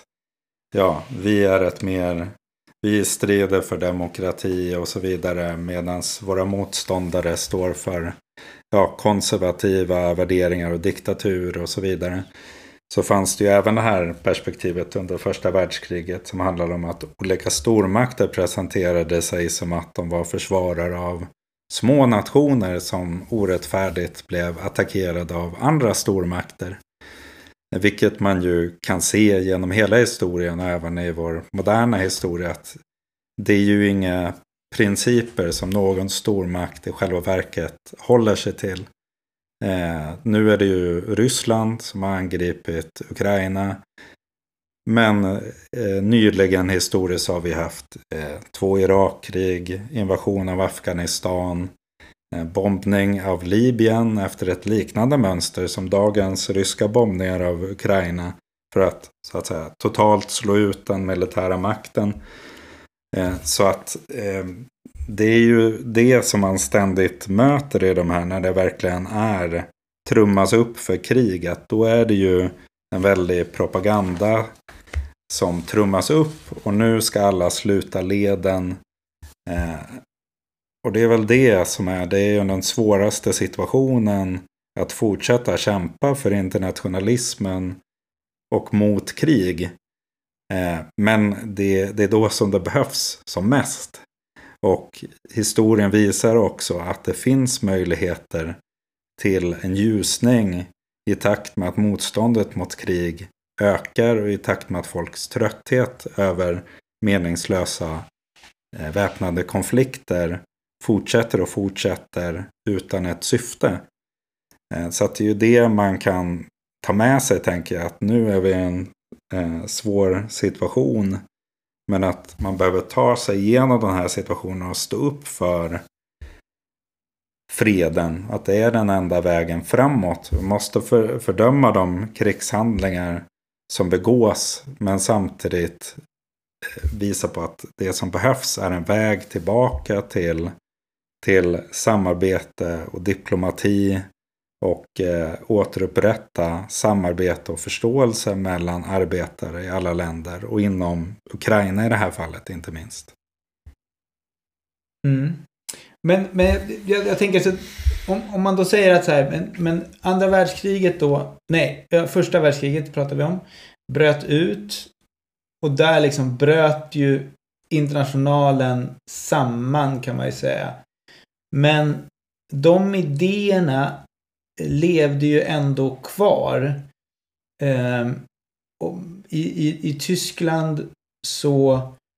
B: vi strider för demokrati och så vidare, medan våra motståndare står för konservativa värderingar och diktatur och så vidare. Så fanns det ju även det här perspektivet under första världskriget som handlade om att olika stormakter presenterade sig som att de var försvarare av små nationer som orättfärdigt blev attackerade av andra stormakter. Vilket man ju kan se genom hela historien och även i vår moderna historia, att det är ju inga principer som någon stormakt i själva verket håller sig till. Nu är det ju Ryssland som har angripit Ukraina. Men nyligen historiskt har vi haft 2 Irakkrig, invasion av Afghanistan, bombning av Libyen efter ett liknande mönster som dagens ryska bombningar av Ukraina för att, så att säga, totalt slå ut den militära makten. Så att det är ju det som man ständigt möter i de här, när det verkligen är trummas upp för kriget. Då är det ju en väldig propaganda som trummas upp och nu ska alla sluta leden. Och det är väl det som det är ju den svåraste situationen, att fortsätta kämpa för internationalismen och mot krig. Men det är då som det behövs som mest. Och historien visar också att det finns möjligheter till en ljusning i takt med att motståndet mot krig ökar och i takt med att folks trötthet över meningslösa väpnade konflikter fortsätter utan ett syfte. Så att det är ju det man kan ta med sig, tänker jag, att nu är vi i en svår situation, men att man behöver ta sig igenom den här situationen och stå upp för freden, att det är den enda vägen framåt. Vi måste fördöma de krigshandlingar som begås, men samtidigt visa på att det som behövs är en väg tillbaka till samarbete och diplomati och återupprätta samarbete och förståelse mellan arbetare i alla länder och inom Ukraina i det här fallet inte minst.
A: Mm. Men jag tänker så, om man då säger att så här, men andra världskriget då, nej, första världskriget pratar vi om, bröt ut och där liksom bröt ju internationalen samman, kan man ju säga. Men de idéerna levde ju ändå kvar. Och i Tyskland så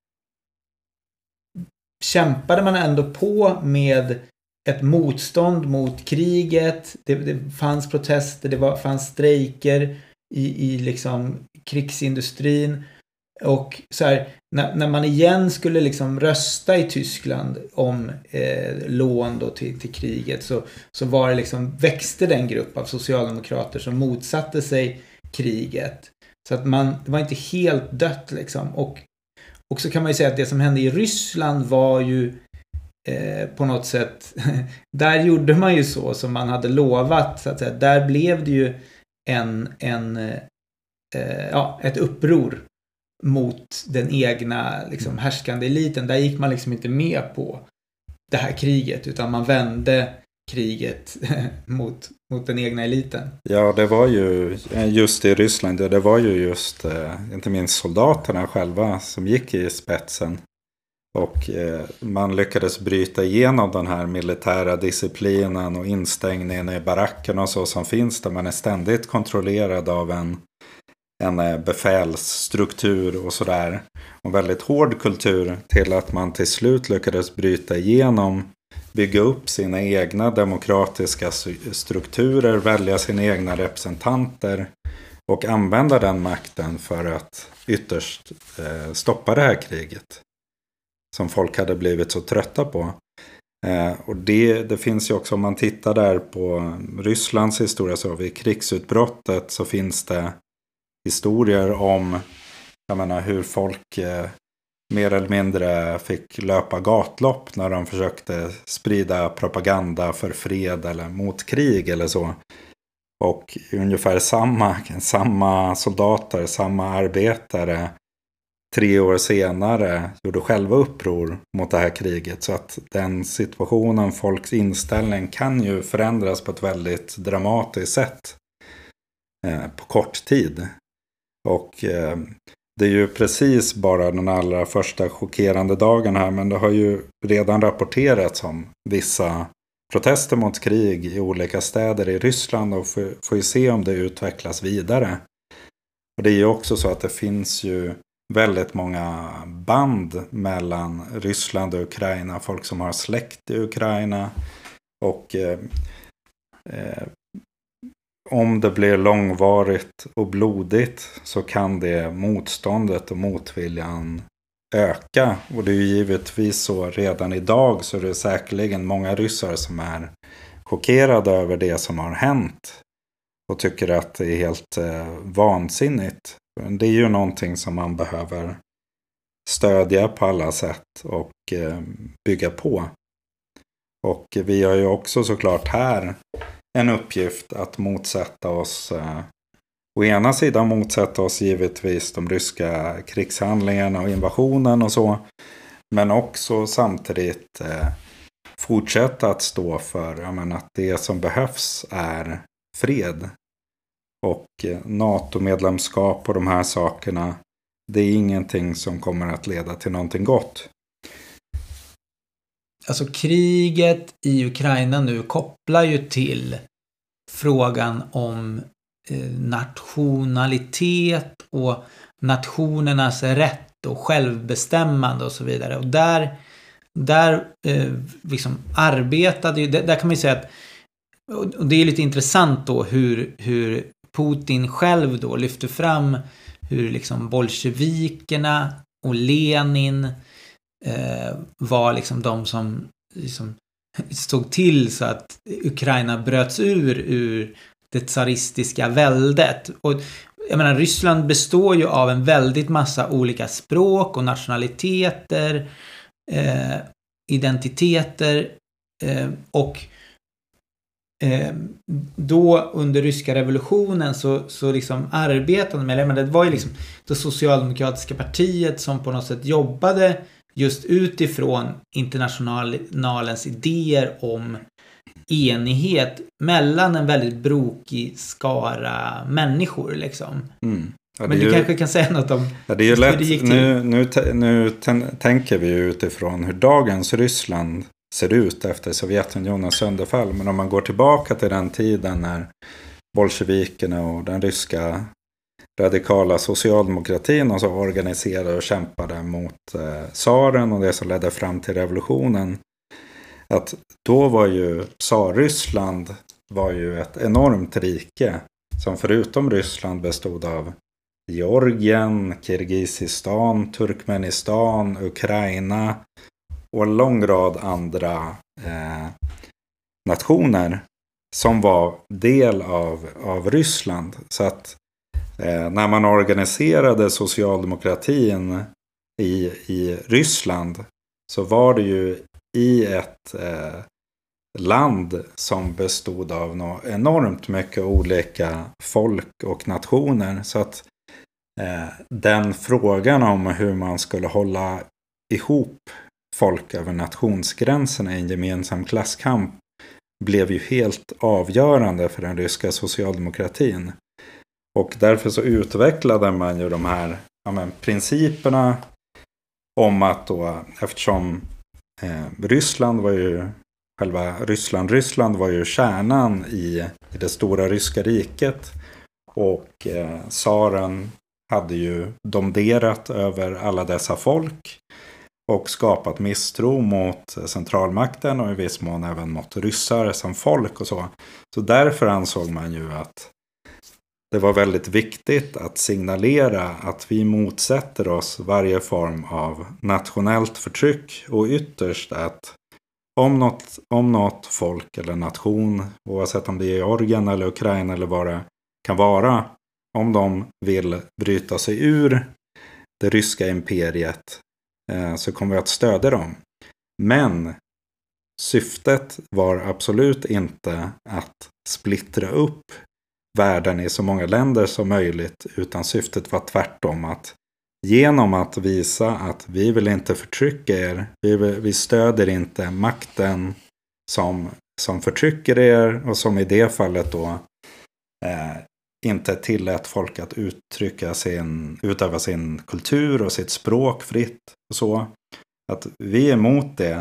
A: kämpade man ändå på med ett motstånd mot kriget. Det fanns protester, det fanns strejker i liksom krigsindustrin. Och så här, när man igen skulle liksom rösta i Tyskland om lån då till kriget, så var det liksom, växte den grupp av socialdemokrater som motsatte sig kriget. Så att det var inte helt dött liksom. Och så kan man ju säga att det som hände i Ryssland var ju på något sätt där gjorde man ju så som man hade lovat, så att säga. Där blev det ju ett uppror mot den egna liksom härskande eliten. Där gick man liksom inte med på det här kriget, utan man vände kriget mot den egna eliten.
B: Ja, det var ju just i Ryssland, det var ju just inte minst soldaterna själva som gick i spetsen. Och man lyckades bryta igenom den här militära disciplinen och instängningen i baracken och så som finns där. Man är ständigt kontrollerad av en befälsstruktur och sådär. Och väldigt hård kultur, till att man till slut lyckades bryta igenom, bygga upp sina egna demokratiska strukturer, välja sina egna representanter och använda den makten för att ytterst stoppa det här kriget som folk hade blivit så trötta på. Och det finns ju också, om man tittar där på Rysslands historia, så vid krigsutbrottet så finns det historier om, jag menar, hur folk mer eller mindre fick löpa gatlopp när de försökte sprida propaganda för fred eller mot krig eller så. Och ungefär samma soldater, samma arbetare 3 år senare gjorde själva uppror mot det här kriget. Så att den situationen, folks inställning kan ju förändras på ett väldigt dramatiskt sätt på kort tid. Och det är ju precis bara den allra första chockerande dagen här, men det har ju redan rapporterats om vissa protester mot krig i olika städer i Ryssland, och får ju se om det utvecklas vidare. Och det är ju också så att det finns ju väldigt många band mellan Ryssland och Ukraina, folk som har släkt i Ukraina, och om det blir långvarigt och blodigt så kan det motståndet och motviljan öka. Och det är ju givetvis så redan idag, så är det säkerligen många ryssar som är chockerade över det som har hänt. Och tycker att det är helt vansinnigt. Det är ju någonting som man behöver stödja på alla sätt och bygga på. Och vi har ju också såklart här en uppgift att motsätta oss, å ena sidan motsätta oss givetvis de ryska krigshandlingarna och invasionen och så. Men också samtidigt fortsätta att stå för att det som behövs är fred. Och NATO-medlemskap och de här sakerna, det är ingenting som kommer att leda till någonting gott.
A: Alltså kriget i Ukraina nu kopplar ju till frågan om nationalitet och nationernas rätt och självbestämmande och så vidare. Och där liksom arbetade ju, där kan man ju säga att, och det är lite intressant då hur Putin själv då lyfter fram hur liksom bolsjevikerna och Lenin var liksom de som liksom stod till så att Ukraina bröts ur det tsaristiska väldet. Och jag menar, Ryssland består ju av en väldigt massa olika språk och nationaliteter, identiteter, och då under ryska revolutionen så liksom arbetade med, men det var ju liksom det socialdemokratiska partiet som på något sätt jobbade just utifrån internationalens idéer om enighet mellan en väldigt brokig skara människor liksom.
B: Ja,
A: men du kanske kan säga något om
B: det är ju lätt.
A: Hur det gick till.
B: Nu tänker vi utifrån hur dagens Ryssland ser ut efter Sovjetunionens sönderfall. Men om man går tillbaka till den tiden när bolsjevikerna och den ryska radikala socialdemokratin och så organiserade och kämpade mot tsaren och det som ledde fram till revolutionen. Att då var ju Tsar-Ryssland var ju ett enormt rike som förutom Ryssland bestod av Georgien, Kirgizistan, Turkmenistan, Ukraina och en lång rad andra nationer som var del av Ryssland. Så att när man organiserade socialdemokratin i Ryssland så var det ju i ett land som bestod av enormt mycket olika folk och nationer. Så att den frågan om hur man skulle hålla ihop folk över nationsgränserna i en gemensam klasskamp blev ju helt avgörande för den ryska socialdemokratin. Och därför så utvecklade man ju de här principerna om att då, eftersom Ryssland var ju själva Ryssland var ju kärnan i det stora ryska riket, och tsaren hade ju domderat över alla dessa folk och skapat misstro mot centralmakten och i viss mån även mot ryssar som folk och så. Så därför ansåg man ju att det var väldigt viktigt att signalera att vi motsätter oss varje form av nationellt förtryck, och ytterst att om något folk eller nation, oavsett om det är Georgien eller Ukraina eller vad det kan vara, om de vill bryta sig ur det ryska imperiet, så kommer vi att stödja dem. Men syftet var absolut inte att splittra upp världen i så många länder som möjligt, utan syftet var tvärtom att genom att visa att vi vill inte förtrycka er, vi stöder inte makten som förtrycker er och som i det fallet då inte tillät folk att utöva sin kultur och sitt språk fritt och så. Att vi är emot det.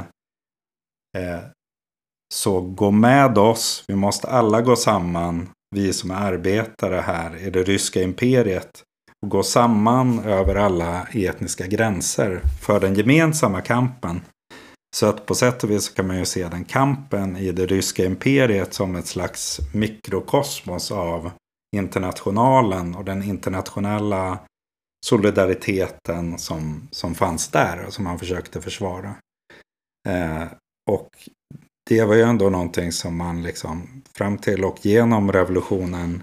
B: Så gå med oss, vi måste alla gå samman, vi som är arbetare här i det ryska imperiet, och gå samman över alla etniska gränser för den gemensamma kampen. Så att på sätt och vis kan man ju se den kampen i det ryska imperiet som ett slags mikrokosmos av internationalen och den internationella solidariteten som fanns där och som man försökte försvara. Och det var ju ändå någonting som man liksom fram till och genom revolutionen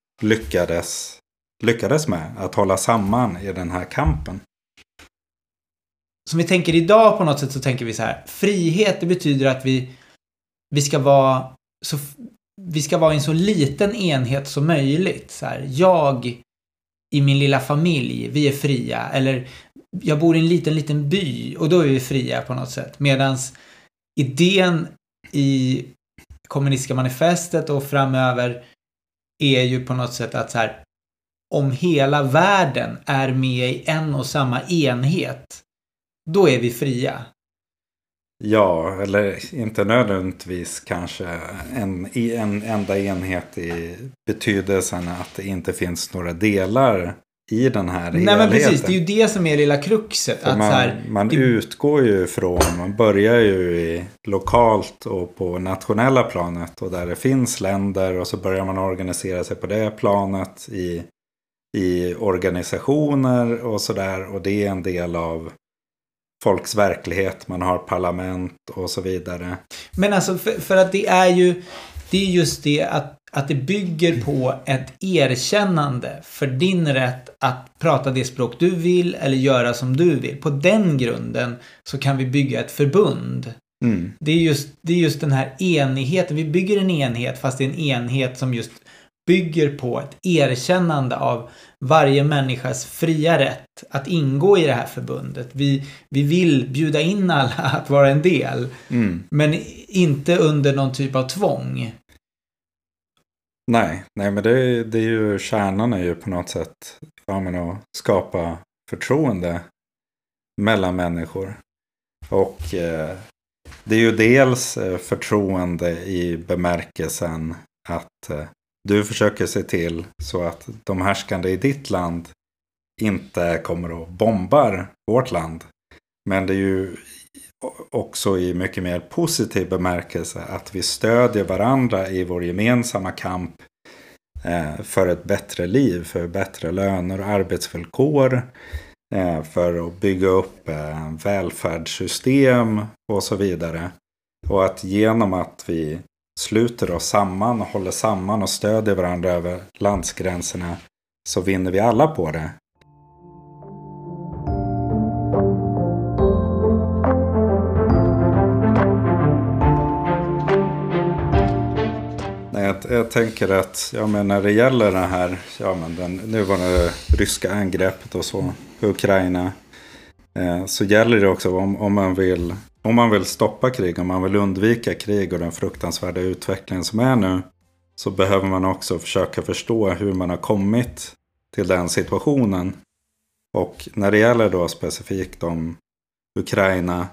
B: lyckades med att hålla samman i den här kampen.
A: Som vi tänker idag på något sätt, så tänker vi så här: frihet, det betyder att vi ska vara en så liten enhet som möjligt. Så här, jag i min lilla familj, vi är fria. Eller jag bor i en liten by och då är vi fria på något sätt. Medans idén i kommunistiska manifestet och framöver är ju på något sätt att så här, om hela världen är med i en och samma enhet, då är vi fria.
B: Ja, eller inte nödvändigtvis kanske en enda enhet i betydelsen att det inte finns några delar i den här helheten.
A: Nej, men precis, det är ju det som är lilla kruxet. Att
B: man utgår ju från, man börjar ju lokalt och på nationella planet och där det finns länder, och så börjar man organisera sig på det planet i organisationer och sådär, och det är en del av folks verklighet, man har parlament och så vidare.
A: Men alltså för att det är just det att det bygger på ett erkännande för din rätt att prata det språk du vill eller göra som du vill. På den grunden så kan vi bygga ett förbund. Mm. Det är just den här enigheten. Vi bygger en enhet, fast det är en enhet som just bygger på ett erkännande av varje människas fria rätt att ingå i det här förbundet. Vi vill bjuda in alla att vara en del. Mm. Men inte under någon typ av tvång.
B: Nej, men det är ju, kärnan är ju på något sätt att skapa förtroende mellan människor. Och det är ju dels förtroende i bemärkelsen att du försöker se till så att de härskande i ditt land inte kommer att bombar vårt land. Men det är ju också i mycket mer positiv bemärkelse att vi stödjer varandra i vår gemensamma kamp för ett bättre liv, för bättre löner och arbetsvillkor, för att bygga upp välfärdssystem och så vidare. Och att genom att vi sluter oss samman och håller samman och stödjer varandra över landsgränserna, så vinner vi alla på det. Jag tänker att när det gäller det här, den nuvarande ryska angreppet och så på Ukraina, så gäller det också om man vill stoppa krig, om man vill undvika krig och den fruktansvärda utvecklingen som är nu, så behöver man också försöka förstå hur man har kommit till den situationen. Och när det gäller då specifikt om Ukraina,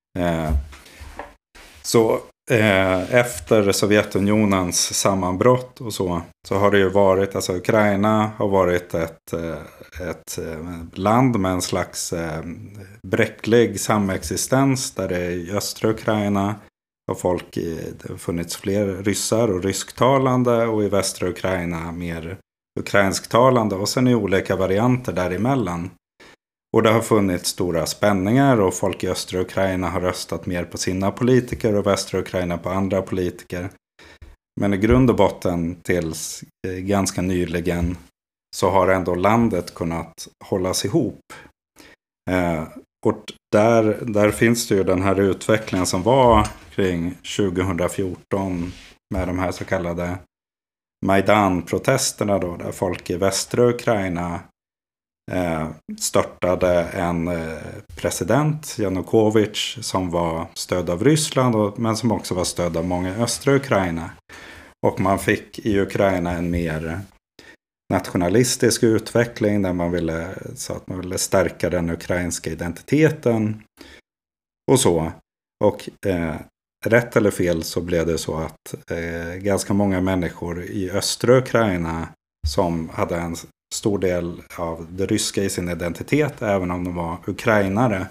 B: så efter Sovjetunionens sammanbrott och så har det ju varit, alltså Ukraina har varit ett land med en slags bräcklig samexistens, där det i östra Ukraina har det funnits fler ryssar och rysktalande, och i västra Ukraina mer ukrainsktalande, och sen i olika varianter däremellan. Och det har funnits stora spänningar, och folk i östra Ukraina har röstat mer på sina politiker och västra Ukraina på andra politiker. Men i grund och botten tills ganska nyligen så har ändå landet kunnat hållas ihop. Och där finns det ju den här utvecklingen som var kring 2014 med de här så kallade Majdan-protesterna då, där folk i västra Ukraina störtade en president, Janukovic, som var stöd av Ryssland, men som också var stöd av många i östra Ukraina. Och man fick i Ukraina en mer nationalistisk utveckling där man ville stärka den ukrainska identiteten och så. Och rätt eller fel så blev det så att ganska många människor i östra Ukraina som hade en stor del av det ryska i sin identitet, även om de var ukrainare,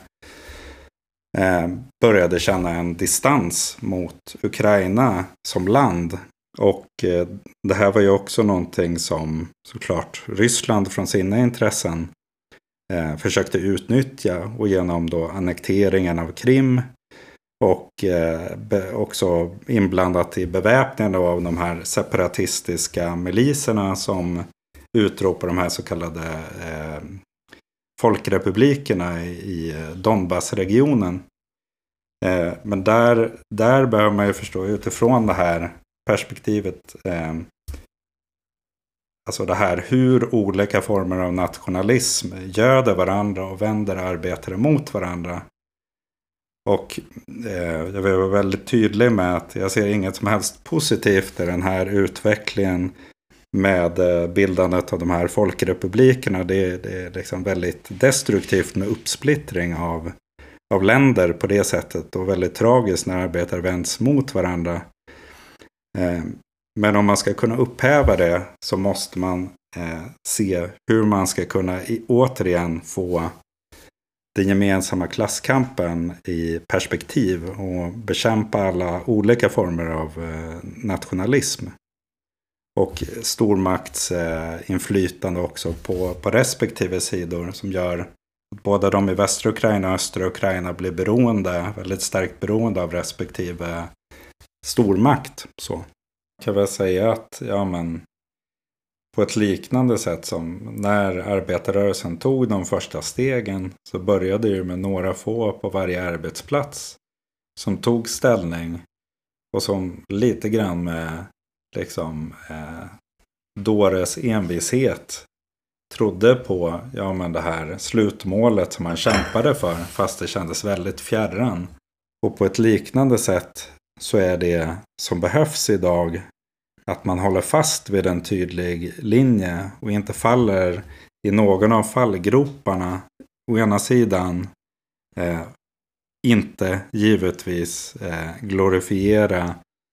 B: började känna en distans mot Ukraina som land. Och det här var ju också någonting som såklart Ryssland från sina intressen försökte utnyttja, och genom då annekteringen av Krim och också inblandat i beväpningen av de här separatistiska miliserna som utropar de här så kallade folkrepublikerna i Donbassregionen. Men där behöver man ju förstå utifrån det här perspektivet, alltså det här hur olika former av nationalism göder varandra och vänder arbetare mot varandra. Och jag vill vara väldigt tydlig med att jag ser inget som helst positivt i den här utvecklingen med bildandet av de här folkrepublikerna. Det är liksom väldigt destruktivt med uppsplittring av länder på det sättet, och väldigt tragiskt när arbetare vänds mot varandra. Men om man ska kunna upphäva det så måste man se hur man ska kunna återigen få den gemensamma klasskampen i perspektiv och bekämpa alla olika former av nationalism. Och stormaktsinflytande också på respektive sidor som gör att både de i västra Ukraina och östra Ukraina blir väldigt starkt beroende av respektive stormakt. Så kan jag väl säga att på ett liknande sätt som när arbetarrörelsen tog de första stegen, så började det ju med några få på varje arbetsplats som tog ställning och som lite grann med dåres envishet trodde på det här slutmålet som man kämpade för, fast det kändes väldigt fjärran. Och på ett liknande sätt så är det som behövs idag att man håller fast vid en tydlig linje och inte faller i någon av fallgroparna. Å ena sidan inte givetvis glorifiera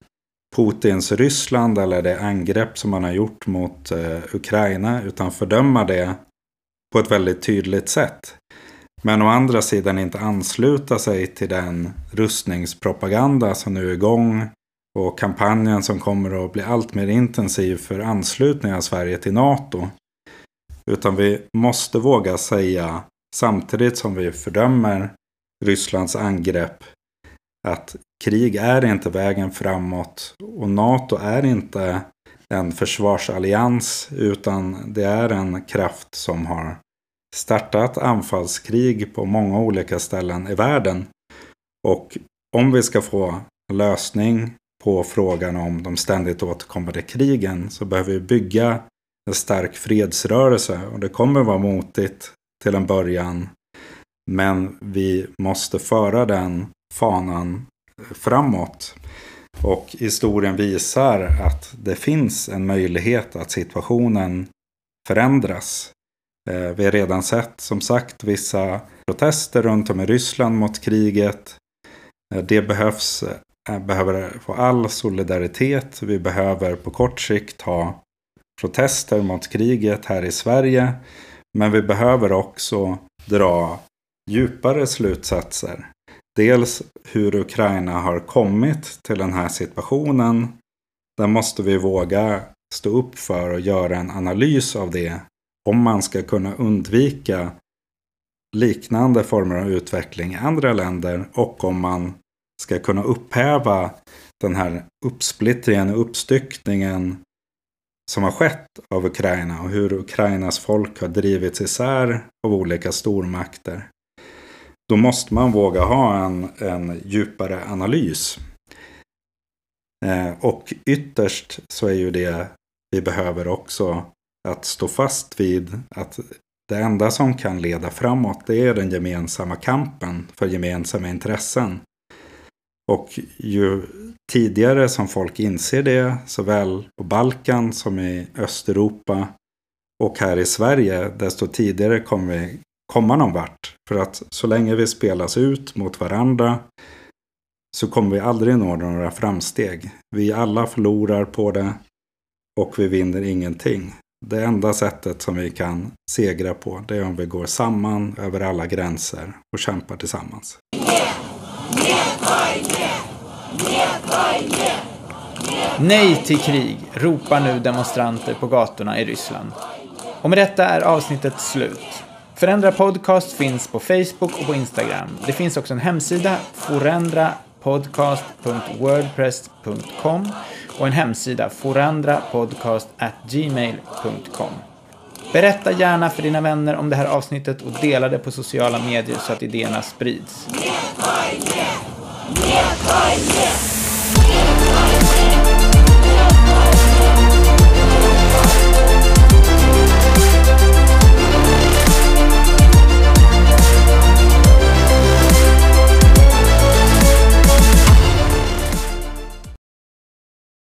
B: Putins Ryssland eller det angrepp som man har gjort mot Ukraina, utan fördöma det på ett väldigt tydligt sätt. Men å andra sidan inte ansluta sig till den rustningspropaganda som nu är igång och kampanjen som kommer att bli allt mer intensiv för anslutning av Sverige till NATO. Utan vi måste våga säga, samtidigt som vi fördömer Rysslands angrepp, att krig är inte vägen framåt och NATO är inte en försvarsallians, utan det är en kraft som har startat anfallskrig på många olika ställen i världen. Och om vi ska få lösning på frågan om de ständigt återkommande krigen, så behöver vi bygga en stark fredsrörelse, och det kommer vara motigt till en början, men vi måste föra den fanan framåt. Och historien visar att det finns en möjlighet att situationen förändras. Vi har redan sett, som sagt, vissa protester runt om i Ryssland mot kriget. Det behöver få all solidaritet. Vi behöver på kort sikt ha protester mot kriget här i Sverige. Men vi behöver också dra djupare slutsatser. Dels hur Ukraina har kommit till den här situationen. Där måste vi våga stå upp för och göra en analys av det. Om man ska kunna undvika liknande former av utveckling i andra länder. Och om man ska kunna upphäva den här uppsplittringen och uppstyckningen som har skett av Ukraina. Och hur Ukrainas folk har drivits isär av olika stormakter. Då måste man våga ha en djupare analys. Och ytterst så är ju det vi behöver också att stå fast vid att det enda som kan leda framåt, det är den gemensamma kampen för gemensamma intressen. Och ju tidigare som folk inser det, såväl på Balkan som i Östeuropa och här i Sverige, desto tidigare kommer vi komma någon vart. För att så länge vi spelas ut mot varandra så kommer vi aldrig nå några framsteg. Vi alla förlorar på det och vi vinner ingenting. Det enda sättet som vi kan segra på, det är om vi går samman över alla gränser och kämpar tillsammans.
A: Nej till krig, ropar nu demonstranter på gatorna i Ryssland. Och med detta är avsnittet slut. Förändra Podcast finns på Facebook och på Instagram. Det finns också en hemsida, forandrapodcast.wordpress.com och en hemsida, forandrapodcast@gmail.com. Berätta gärna för dina vänner om det här avsnittet och dela det på sociala medier så att idéerna sprids.